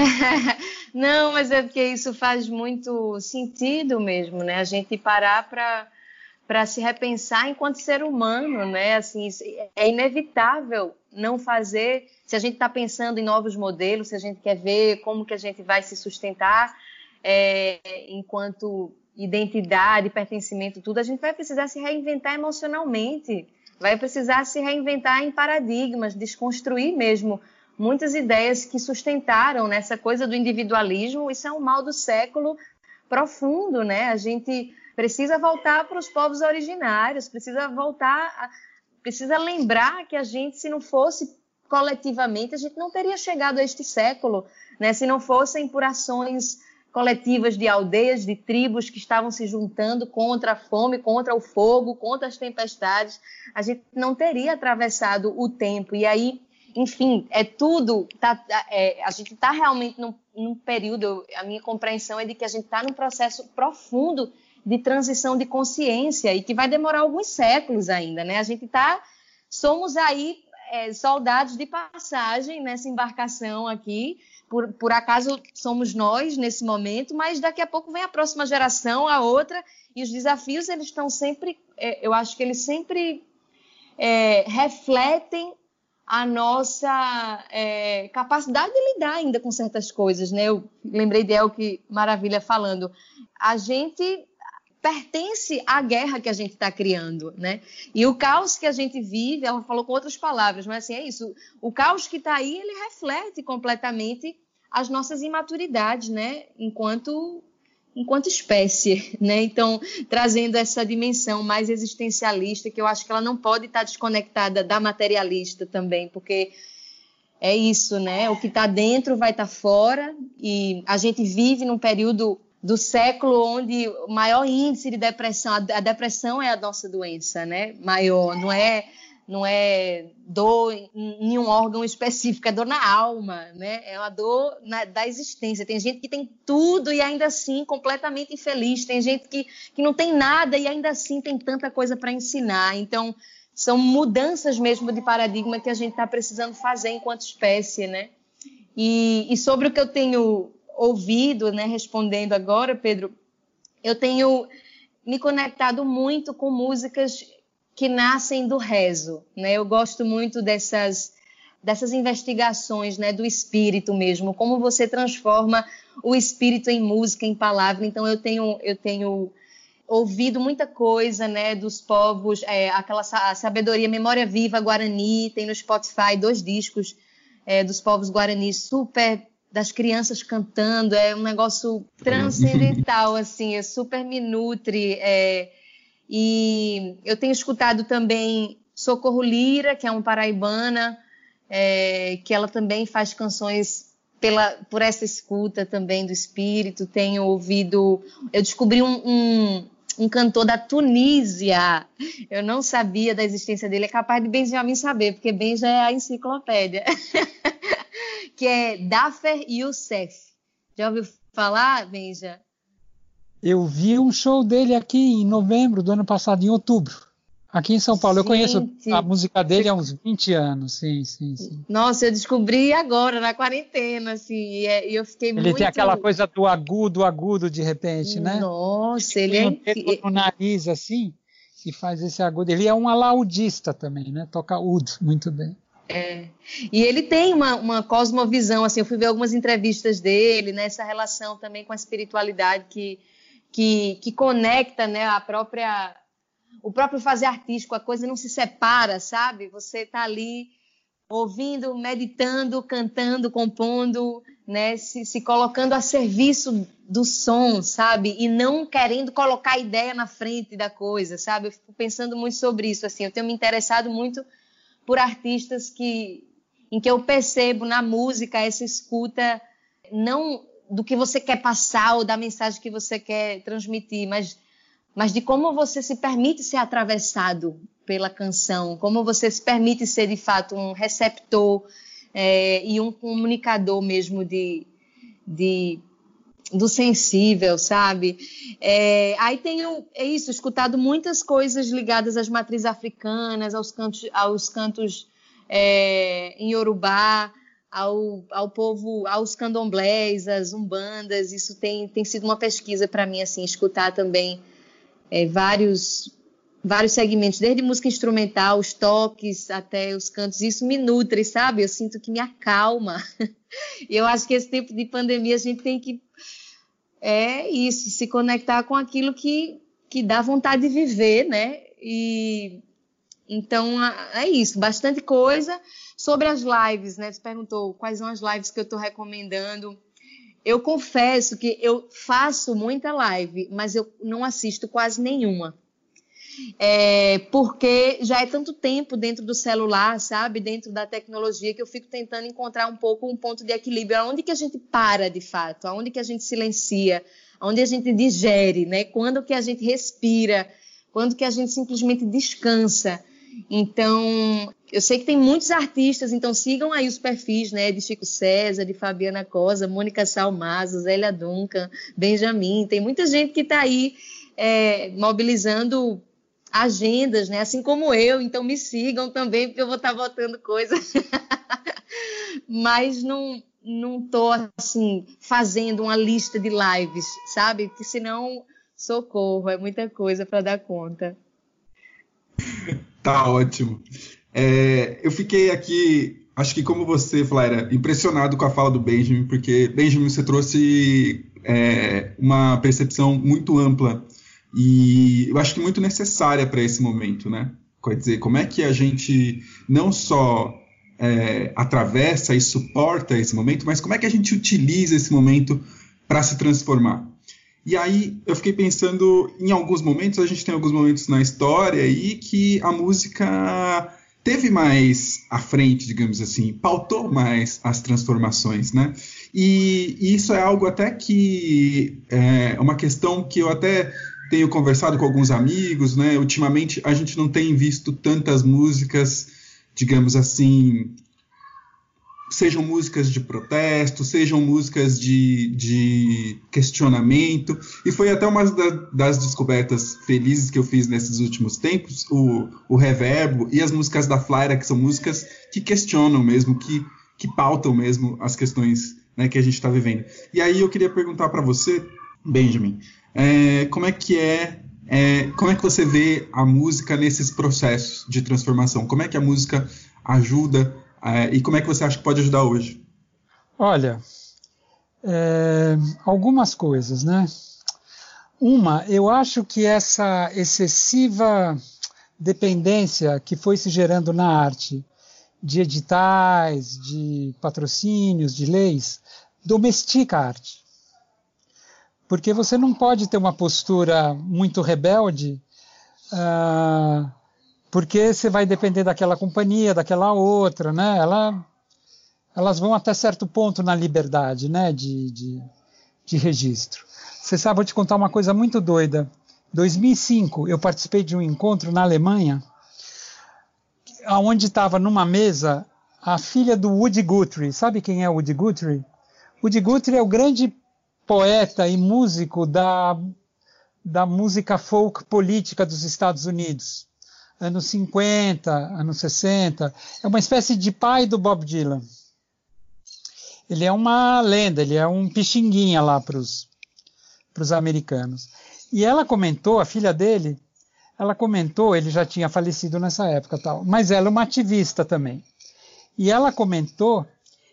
Não, mas é porque isso faz muito sentido mesmo, né? A gente parar para para se repensar enquanto ser humano, né? Assim, é inevitável não fazer, se a gente está pensando em novos modelos, se a gente quer ver como que a gente vai se sustentar é, enquanto identidade, pertencimento, tudo, a gente vai precisar se reinventar emocionalmente, vai precisar se reinventar em paradigmas, desconstruir mesmo muitas ideias que sustentaram nessa coisa do individualismo. Isso é um mal do século profundo, né? A gente precisa voltar para os povos originários, precisa voltar, a, precisa lembrar que a gente, se não fosse coletivamente, a gente não teria chegado a este século, né? Se não fossem por ações coletivas de aldeias, de tribos que estavam se juntando contra a fome, contra o fogo, contra as tempestades, a gente não teria atravessado o tempo. E aí, enfim, é tudo, tá, é, a gente está realmente num, num período, a minha compreensão é de que a gente está num processo profundo de transição de consciência e que vai demorar alguns séculos ainda, né? A gente tá, somos aí é, soldados de passagem nessa embarcação aqui, por, por acaso somos nós nesse momento, mas daqui a pouco vem a próxima geração, a outra, e os desafios, eles estão sempre, é, eu acho que eles sempre é, refletem a nossa é, capacidade de lidar ainda com certas coisas, né? Eu lembrei de Elke Maravilha falando, a gente pertence à guerra que a gente está criando, né? E o caos que a gente vive, ela falou com outras palavras, mas assim, é isso, o caos que está aí, ele reflete completamente as nossas imaturidades, né? Enquanto, enquanto espécie, né? Então, trazendo essa dimensão mais existencialista, que eu acho que ela não pode estar desconectada da materialista também, porque é isso, né? O que está dentro vai estar fora, e a gente vive num período do século onde o maior índice de depressão, a depressão é a nossa doença, né? Maior, não é, não é dor em nenhum órgão específico, é dor na alma, né? É uma dor na, da existência. Tem gente que tem tudo e ainda assim completamente infeliz, tem gente que, que não tem nada e ainda assim tem tanta coisa para ensinar. Então, são mudanças mesmo de paradigma que a gente está precisando fazer enquanto espécie, né? E, e sobre o que eu tenho ouvido, né, respondendo agora, Pedro, eu tenho me conectado muito com músicas que nascem do rezo, né? Eu gosto muito dessas, dessas investigações, né, do espírito mesmo, como você transforma o espírito em música, em palavra. Então eu tenho, eu tenho ouvido muita coisa, né, dos povos, é, aquela a sabedoria Memória Viva Guarani, tem no Spotify dois discos é, dos povos guaranis super das crianças cantando, é um negócio transcendental, assim, é super me nutre. É, e eu tenho escutado também Socorro Lira, que é uma paraibana, é, que ela também faz canções pela, por essa escuta também do espírito. Tenho ouvido, eu descobri um, um, um cantor da Tunísia, eu não sabia da existência dele, é capaz de Benjamin saber, porque Ben já é a enciclopédia. Que é Dafer Youssef. Já ouviu falar, Benja? Eu vi um show dele aqui em novembro do ano passado, em outubro. Aqui em São Paulo. Gente, eu conheço a música dele há uns vinte anos, sim, sim, sim. Nossa, eu descobri agora, na quarentena, assim, e eu fiquei ele muito... Ele tem aquela coisa do agudo, agudo, de repente, né? Nossa, ele, ele é... Ele no nariz, assim, e faz esse agudo. Ele é um alaudista também, né? Toca oud muito bem. É. E ele tem uma, uma cosmovisão, assim, eu fui ver algumas entrevistas dele, né, essa relação também com a espiritualidade que, que, que conecta, né, a própria, o próprio fazer artístico, a coisa não se separa, sabe? Você está ali ouvindo, meditando, cantando, compondo, né, se, se colocando a serviço do som, sabe? E não querendo colocar a ideia na frente da coisa, sabe? Eu fico pensando muito sobre isso, assim, eu tenho me interessado muito por artistas que, em que eu percebo na música essa escuta, não do que você quer passar ou da mensagem que você quer transmitir, mas, mas de como você se permite ser atravessado pela canção, como você se permite ser, de fato, um receptor é, e um comunicador mesmo de, de, do sensível, sabe? É, aí tenho, é isso, escutado muitas coisas ligadas às matrizes africanas, aos cantos, aos cantos é, em Yorubá, ao, ao povo, aos candomblés, às umbandas. Isso tem, tem sido uma pesquisa para mim, assim, escutar também é, vários, vários segmentos, desde música instrumental, os toques até os cantos. Isso me nutre, sabe? Eu sinto que me acalma. E eu acho que esse tempo de pandemia a gente tem que é isso, se conectar com aquilo que, que dá vontade de viver, né? E então é isso, bastante coisa. Sobre as lives, né? Você perguntou quais são as lives que eu estou recomendando. Eu confesso que eu faço muita live, mas eu não assisto quase nenhuma. É, porque já é tanto tempo dentro do celular, sabe? Dentro da tecnologia, que eu fico tentando encontrar um pouco um ponto de equilíbrio. Aonde que a gente para, de fato? Aonde que a gente silencia? Aonde a gente digere, né? Quando que a gente respira? Quando que a gente simplesmente descansa? Então, eu sei que tem muitos artistas, então sigam aí os perfis, né? De Chico César, de Fabiana Cosa, Mônica Salmazo, Zélia Duncan, Benjamin. Tem muita gente que está aí é, mobilizando agendas, né? Assim como eu, então me sigam também, porque eu vou estar botando coisas. Mas não, não tô, assim, fazendo uma lista de lives, sabe? Porque senão, socorro, é muita coisa para dar conta. Tá ótimo. É, eu fiquei aqui, acho que como você, Flaira, impressionado com a fala do Benjamin, porque, Benjamin, você trouxe é, uma percepção muito ampla e eu acho que muito necessária para esse momento, né? Quer dizer, como é que a gente não só é, atravessa e suporta esse momento, mas como é que a gente utiliza esse momento para se transformar? E aí eu fiquei pensando em alguns momentos, a gente tem alguns momentos na história aí que a música teve mais à frente, digamos assim, pautou mais as transformações, né? E, e isso é algo até que é uma questão que eu até tenho conversado com alguns amigos, né? Ultimamente a gente não tem visto tantas músicas, digamos assim, sejam músicas de protesto, sejam músicas de, de questionamento, e foi até uma das, das descobertas felizes que eu fiz nesses últimos tempos, o, o Reverbo e as músicas da Flaira, que são músicas que questionam mesmo, que, que pautam mesmo as questões, né, que a gente está vivendo. E aí eu queria perguntar para você, Benjamin, é, como é que é, é, como é que você vê a música nesses processos de transformação? Como é que a música ajuda Uh, e como é que você acha que pode ajudar hoje? Olha, é, algumas coisas, né? Uma, eu acho que essa excessiva dependência que foi se gerando na arte, de editais, de patrocínios, de leis, domestica a arte. Porque você não pode ter uma postura muito rebelde, uh, porque você vai depender daquela companhia, daquela outra, né? Ela, elas vão até certo ponto na liberdade, né? de, de, de registro. Você sabe, vou te contar uma coisa muito doida. Em dois mil e cinco, eu participei de um encontro na Alemanha, onde estava numa mesa a filha do Woody Guthrie. Sabe quem é o Woody Guthrie? Woody Guthrie é o grande poeta e músico da, da música folk política dos Estados Unidos. Anos cinquenta, anos sessenta. É uma espécie de pai do Bob Dylan. Ele é uma lenda, ele é um pixinguinha lá para os americanos. E ela comentou, a filha dele, ela comentou, ele já tinha falecido nessa época, tal, mas ela é uma ativista também. E ela comentou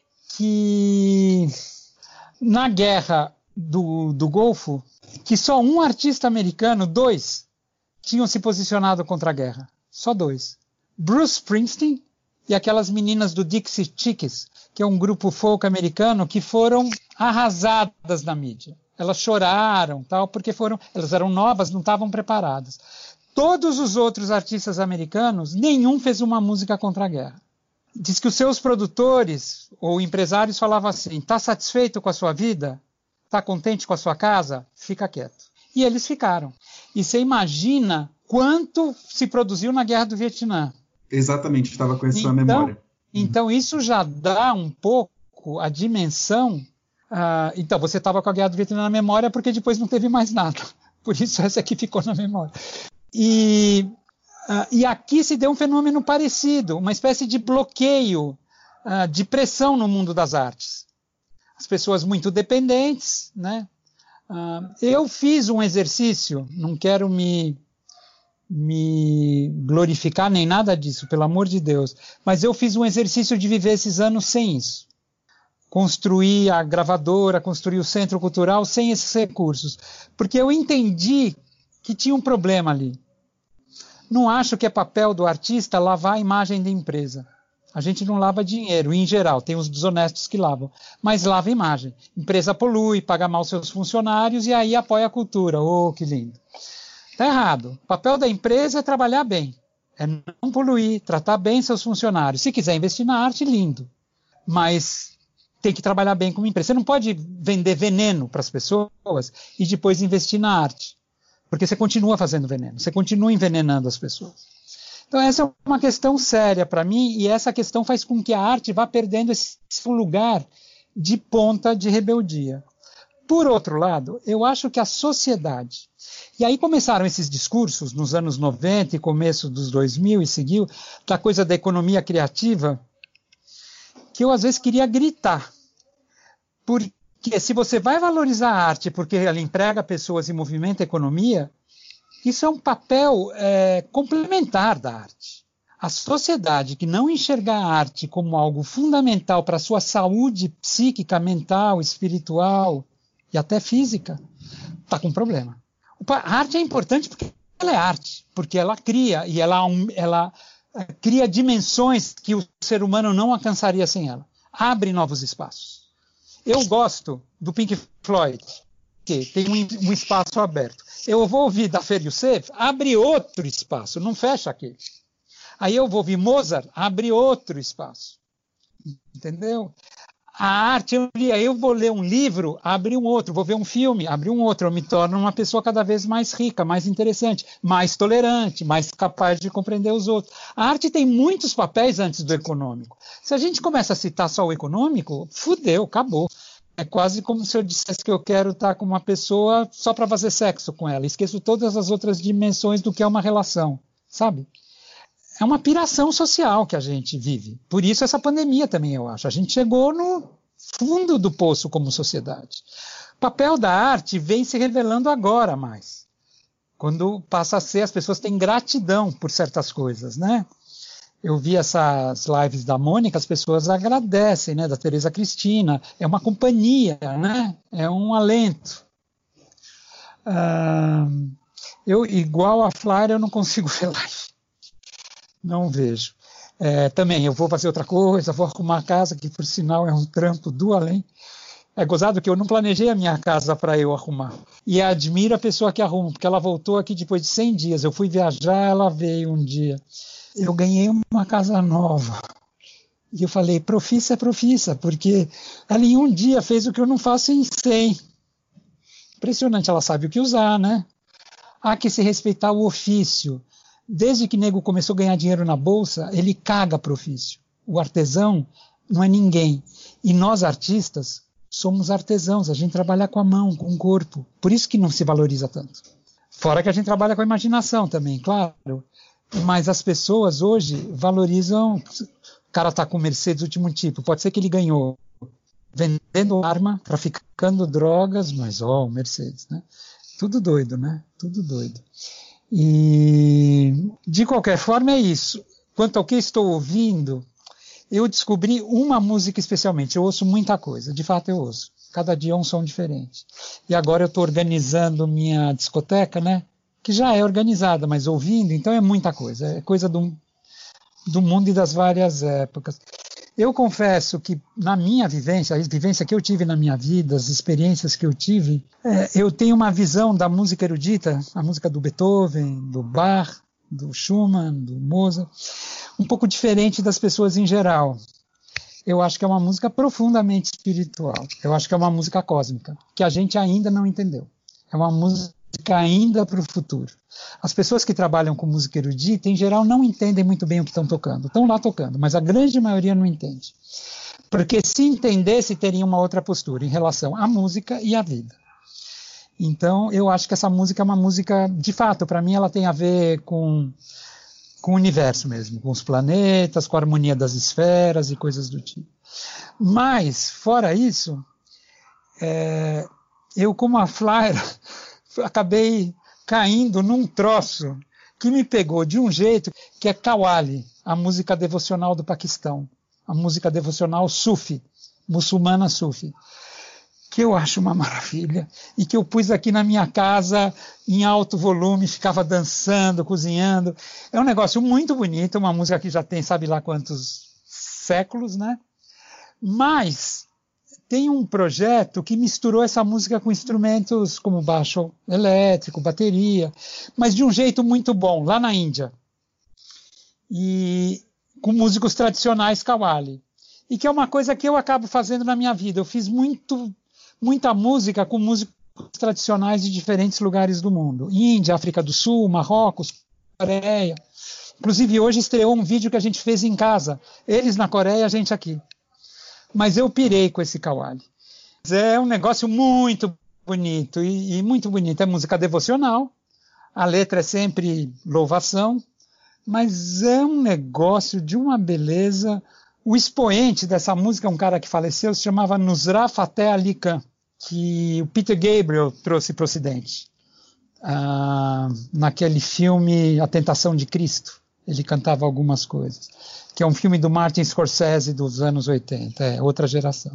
que na guerra do, do Golfo, que só um artista americano, dois, tinham se posicionado contra a guerra. Só dois. Bruce Springsteen e aquelas meninas do Dixie Chicks, que é um grupo folk americano que foram arrasadas na mídia. Elas choraram, tal, porque foram, elas eram novas, não estavam preparadas. Todos os outros artistas americanos, nenhum fez uma música contra a guerra. Diz que os seus produtores ou empresários falavam assim: está satisfeito com a sua vida? Está contente com a sua casa? Fica quieto. E eles ficaram. E você imagina quanto se produziu na Guerra do Vietnã. Exatamente, estava com essa então, memória. Então isso já dá um pouco a dimensão. Uh, então você estava com a Guerra do Vietnã na memória porque depois não teve mais nada. Por isso essa aqui ficou na memória. E, uh, e aqui se deu um fenômeno parecido, uma espécie de bloqueio, uh, de pressão no mundo das artes. As pessoas muito dependentes, né? Uh, eu fiz um exercício, não quero me, me glorificar nem nada disso, pelo amor de Deus, mas eu fiz um exercício de viver esses anos sem isso. Construir a gravadora, construir o centro cultural sem esses recursos. Porque eu entendi que tinha um problema ali. Não acho que é papel do artista lavar a imagem da empresa. A gente não lava dinheiro, em geral, tem os desonestos que lavam, mas lava a imagem. Empresa polui, paga mal seus funcionários e aí apoia a cultura. Oh, que lindo. Está errado. O papel da empresa é trabalhar bem, é não poluir, tratar bem seus funcionários. Se quiser investir na arte, lindo. Mas tem que trabalhar bem como empresa. Você não pode vender veneno para as pessoas e depois investir na arte. Porque você continua fazendo veneno, você continua envenenando as pessoas. Então essa é uma questão séria para mim, e essa questão faz com que a arte vá perdendo esse lugar de ponta de rebeldia. Por outro lado, eu acho que a sociedade... E aí começaram esses discursos nos anos noventa e começo dos dois mil e seguiu, da coisa da economia criativa, que eu às vezes queria gritar. Porque se você vai valorizar a arte porque ela emprega pessoas e movimenta a economia, isso é um papel é, complementar da arte. A sociedade que não enxergar a arte como algo fundamental para a sua saúde psíquica, mental, espiritual e até física, está com problema. A arte é importante porque ela é arte, porque ela cria, e ela, ela cria dimensões que o ser humano não alcançaria sem ela. Abre novos espaços. Eu gosto do Pink Floyd, que tem um, um espaço aberto. Eu vou ouvir da Fer Youssef, abre outro espaço, não fecha aquele. Aí eu vou ouvir Mozart, abre outro espaço. Entendeu? A arte, eu, eu vou ler um livro, abre um outro, vou ver um filme, abre um outro. Eu me torno uma pessoa cada vez mais rica, mais interessante, mais tolerante, mais capaz de compreender os outros. A arte tem muitos papéis antes do econômico. Se a gente começa a citar só o econômico, fudeu, acabou. É quase como se eu dissesse que eu quero estar com uma pessoa só para fazer sexo com ela. Esqueço todas as outras dimensões do que é uma relação, sabe? É uma piração social que a gente vive. Por isso essa pandemia também, eu acho. A gente chegou no fundo do poço como sociedade. O papel da arte vem se revelando agora mais. Quando passa a ser, as pessoas têm gratidão por certas coisas, né? Eu vi essas lives da Mônica, as pessoas agradecem, né? Da Tereza Cristina. É uma companhia, né? É um alento. Ah, eu, igual a Flávia, eu não consigo ver live. Não vejo. É, também, eu vou fazer outra coisa, vou arrumar a casa, que por sinal é um trampo do além. É gozado que eu não planejei a minha casa para eu arrumar. E admiro a pessoa que arruma, porque ela voltou aqui depois de cem dias. Eu fui viajar, ela veio um dia. Eu ganhei uma casa nova. E eu falei, profissa é profissa, porque ela em um dia fez o que eu não faço em cem. Impressionante, ela sabe o que usar, né? Há que se respeitar o ofício. Desde que o nego começou a ganhar dinheiro na bolsa, ele caga pro ofício. O artesão não é ninguém. E nós, artistas, somos artesãos. A gente trabalha com a mão, com o corpo. Por isso que não se valoriza tanto. Fora que a gente trabalha com a imaginação também, claro. Mas as pessoas hoje valorizam... O cara está com Mercedes último tipo. Pode ser que ele ganhou vendendo arma, traficando drogas, mas ó, o Mercedes, né? Tudo doido, né? Tudo doido. E, de qualquer forma, é isso. Quanto ao que estou ouvindo, eu descobri uma música especialmente. Eu ouço muita coisa, de fato eu ouço. Cada dia é um som diferente. E agora eu estou organizando minha discoteca, né? Que já é organizada, mas ouvindo, então é muita coisa. É coisa do, do mundo e das várias épocas. Eu confesso que na minha vivência, a vivência que eu tive na minha vida, as experiências que eu tive, é, eu tenho uma visão da música erudita, a música do Beethoven, do Bach, do Schumann, do Mozart, um pouco diferente das pessoas em geral. Eu acho que é uma música profundamente espiritual. Eu acho que é uma música cósmica, que a gente ainda não entendeu. É uma música ainda para o futuro. As pessoas que trabalham com música erudita, em geral, não entendem muito bem o que estão tocando. Estão lá tocando, mas a grande maioria não entende. Porque se entendesse, teria uma outra postura em relação à música e à vida. Então, eu acho que essa música é uma música, de fato, para mim ela tem a ver com, com o universo mesmo, com os planetas, com a harmonia das esferas e coisas do tipo. Mas, fora isso, é, eu como a Flaira, acabei caindo num troço que me pegou de um jeito, que é Qawwali, a música devocional do Paquistão, a música devocional Sufi, muçulmana Sufi, que eu acho uma maravilha, e que eu pus aqui na minha casa em alto volume, ficava dançando, cozinhando. É um negócio muito bonito, uma música que já tem sabe lá quantos séculos, né? Mas tem um projeto que misturou essa música com instrumentos como baixo elétrico, bateria, mas de um jeito muito bom, lá na Índia. E com músicos tradicionais Qawwali. E que é uma coisa que eu acabo fazendo na minha vida. Eu fiz muito, muita música com músicos tradicionais de diferentes lugares do mundo. Índia, África do Sul, Marrocos, Coreia. Inclusive hoje estreou um vídeo que a gente fez em casa. Eles na Coreia, a gente aqui. Mas eu pirei com esse Qawwali. É um negócio muito bonito, e, e muito bonito. É música devocional, a letra é sempre louvação, mas é um negócio de uma beleza. O expoente dessa música é um cara que faleceu, se chamava Nusrat Fateh Ali Khan, que o Peter Gabriel trouxe para o Ocidente, ah, naquele filme A Tentação de Cristo. Ele cantava algumas coisas, que é um filme do Martin Scorsese dos anos oitenta, é outra geração.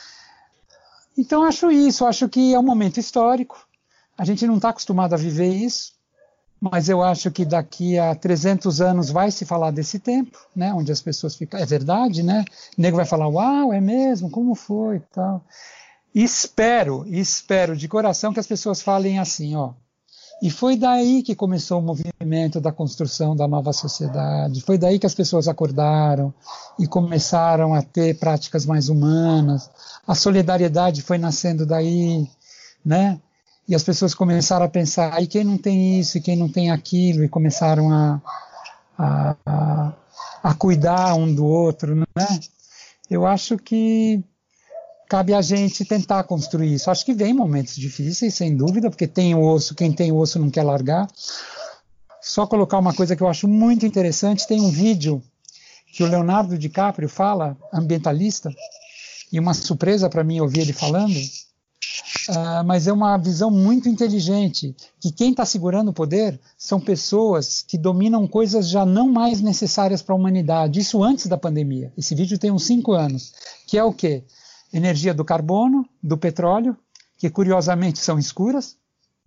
Então acho isso, acho que é um momento histórico, a gente não está acostumado a viver isso, mas eu acho que daqui a trezentos anos vai se falar desse tempo, né, onde as pessoas ficam, é verdade, né, o nego vai falar, uau, é mesmo, como foi, tal. E espero, espero de coração que as pessoas falem assim, ó, e foi daí que começou o movimento da construção da nova sociedade, foi daí que as pessoas acordaram e começaram a ter práticas mais humanas, a solidariedade foi nascendo daí, né? E as pessoas começaram a pensar, e quem não tem isso, e quem não tem aquilo, e começaram a, a, a, a cuidar um do outro, né? Eu acho que cabe a gente tentar construir isso. Acho que vem momentos difíceis, sem dúvida, porque tem o osso, quem tem o osso não quer largar. Só colocar uma coisa que eu acho muito interessante, tem um vídeo que o Leonardo DiCaprio fala, ambientalista, e uma surpresa para mim ouvir ele falando, uh, mas é uma visão muito inteligente, que quem está segurando o poder são pessoas que dominam coisas já não mais necessárias para a humanidade, isso antes da pandemia. Esse vídeo tem uns cinco anos, que é o quê? Energia do carbono, do petróleo, que curiosamente são escuras.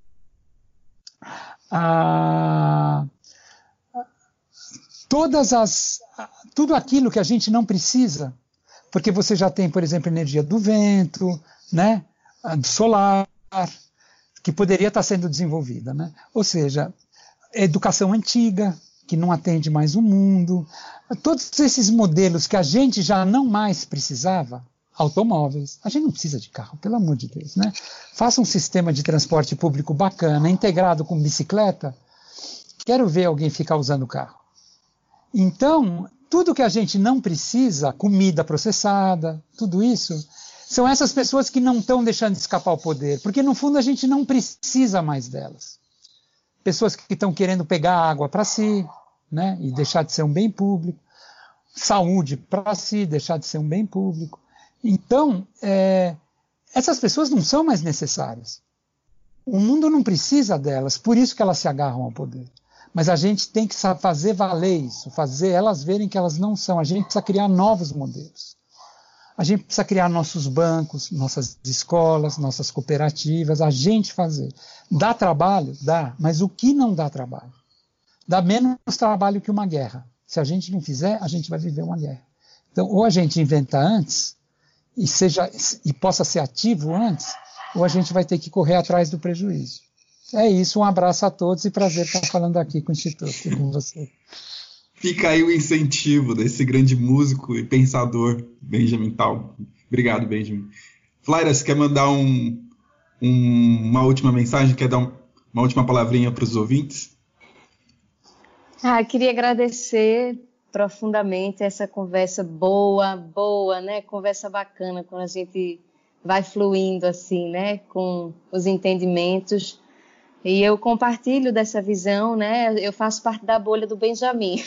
Ah, todas as, tudo aquilo que a gente não precisa, porque você já tem, por exemplo, energia do vento, né? Solar, que poderia estar sendo desenvolvida, né? Ou seja, educação antiga, que não atende mais o mundo, todos esses modelos que a gente já não mais precisava, automóveis, a gente não precisa de carro, pelo amor de Deus, né? Faça um sistema de transporte público bacana, integrado com bicicleta, quero ver alguém ficar usando carro. Então, tudo que a gente não precisa, comida processada, tudo isso, são essas pessoas que não estão deixando de escapar o poder, porque no fundo a gente não precisa mais delas. Pessoas que estão querendo pegar água para si, né, e deixar de ser um bem público, saúde para si, deixar de ser um bem público. Então, é, essas pessoas não são mais necessárias. O mundo não precisa delas, por isso que elas se agarram ao poder. Mas a gente tem que fazer valer isso, fazer elas verem que elas não são. A gente precisa criar novos modelos. A gente precisa criar nossos bancos, nossas escolas, nossas cooperativas, a gente fazer. Dá trabalho? Dá, mas o que não dá trabalho? Dá menos trabalho que uma guerra. Se a gente não fizer, a gente vai viver uma guerra. Então, ou a gente inventa antes e, seja, e possa ser ativo antes, ou a gente vai ter que correr atrás do prejuízo. É isso, um abraço a todos e prazer estar falando aqui com o Instituto e com você. Fica aí o incentivo desse grande músico e pensador, Benjamin Tal. Obrigado, Benjamin. Flaira, você quer mandar um, um, uma última mensagem? Quer dar um, uma última palavrinha para os ouvintes? Ah, queria agradecer profundamente essa conversa boa, boa, né? Conversa bacana, quando a gente vai fluindo assim, né? Com os entendimentos. E eu compartilho dessa visão, né? Eu faço parte da bolha do Benjamin.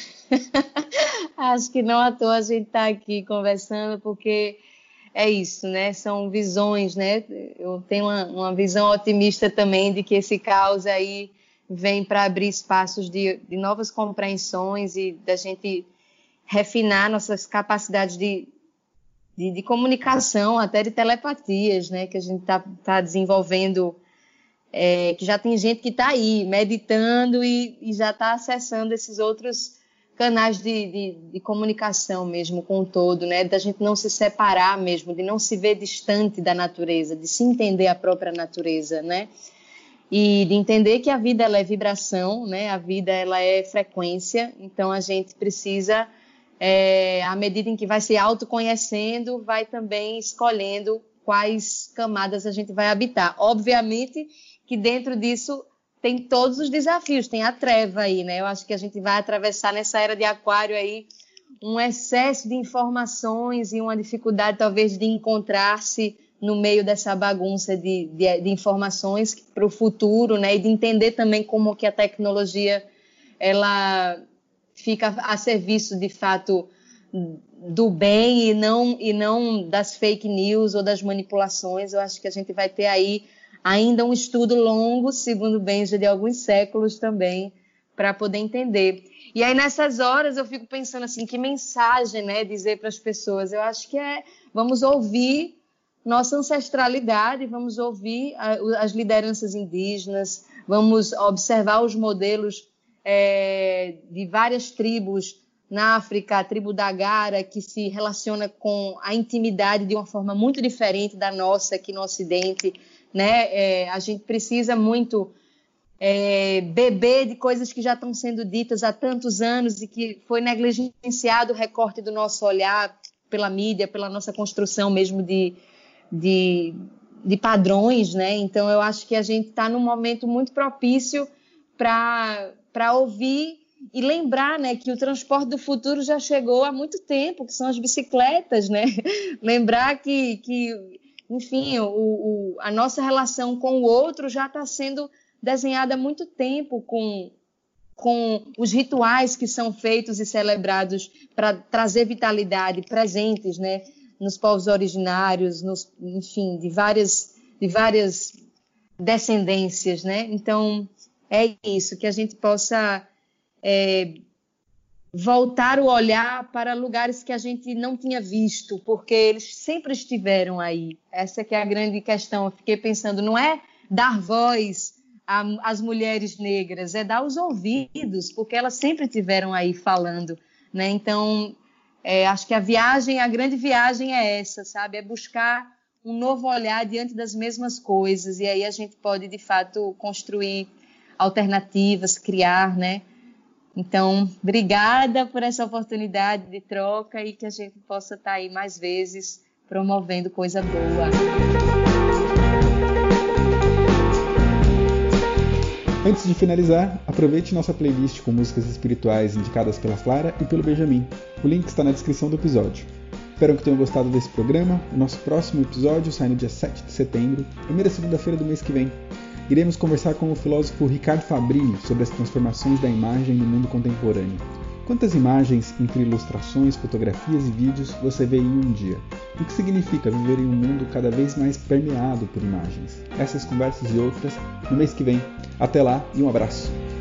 Acho que não à toa a gente está aqui conversando, porque é isso, né? São visões, né? Eu tenho uma, uma visão otimista também de que esse caos aí vem para abrir espaços de, de novas compreensões e da gente refinar nossas capacidades de, de, de comunicação, até de telepatias, né? Que a gente está tá desenvolvendo. É, que já tem gente que está aí meditando e, e já está acessando esses outros canais de, de, de comunicação mesmo com o todo, né? Da gente não se separar mesmo, de não se ver distante da natureza, de se entender a própria natureza, né? E de entender que a vida ela é vibração, né? A vida ela é frequência, então a gente precisa, é, à medida em que vai se autoconhecendo, vai também escolhendo quais camadas a gente vai habitar. Obviamente que dentro disso tem todos os desafios, tem a treva aí, né? Eu acho que a gente vai atravessar nessa era de aquário aí um excesso de informações e uma dificuldade talvez de encontrar-se no meio dessa bagunça de, de, de informações para o futuro, né? E de entender também como que a tecnologia ela fica a serviço de fato do bem e não, e não das fake news ou das manipulações. Eu acho que a gente vai ter aí ainda um estudo longo, segundo Benja, de alguns séculos também, para poder entender. E aí, nessas horas, eu fico pensando assim, que mensagem, né, dizer para as pessoas? Eu acho que é, vamos ouvir nossa ancestralidade, vamos ouvir a, as lideranças indígenas, vamos observar os modelos é, de várias tribos na África, a tribo da Gara, que se relaciona com a intimidade de uma forma muito diferente da nossa aqui no Ocidente, né? É, a gente precisa muito é, beber de coisas que já estão sendo ditas há tantos anos e que foi negligenciado o recorte do nosso olhar pela mídia, pela nossa construção mesmo de, de, de padrões, né? Então, eu acho que a gente está num momento muito propício para ouvir e lembrar, né, que o transporte do futuro já chegou há muito tempo, que são as bicicletas, né? Lembrar que... que enfim, o, o, a nossa relação com o outro já está sendo desenhada há muito tempo com, com os rituais que são feitos e celebrados para trazer vitalidade, presentes, né, nos povos originários, nos, enfim, de várias, de várias descendências, né? Então, é isso, que a gente possa é, voltar o olhar para lugares que a gente não tinha visto, porque eles sempre estiveram aí. Essa que é a grande questão. Eu fiquei pensando, não é dar voz às mulheres negras, é dar os ouvidos, porque elas sempre estiveram aí falando, né? Então, é, acho que a viagem, a grande viagem é essa, sabe? É buscar um novo olhar diante das mesmas coisas, e aí a gente pode, de fato, construir alternativas, criar, né? Então, obrigada por essa oportunidade de troca e que a gente possa estar aí mais vezes promovendo coisa boa. Antes de finalizar, aproveite nossa playlist com músicas espirituais indicadas pela Flara e pelo Benjamin. O link está na descrição do episódio. Espero que tenham gostado desse programa. O nosso próximo episódio sai no dia sete de setembro, primeira segunda-feira do mês que vem. Iremos conversar com o filósofo Ricardo Fabrini sobre as transformações da imagem no mundo contemporâneo. Quantas imagens, entre ilustrações, fotografias e vídeos, você vê em um dia? O que significa viver em um mundo cada vez mais permeado por imagens? Essas conversas e outras no mês que vem. Até lá e um abraço!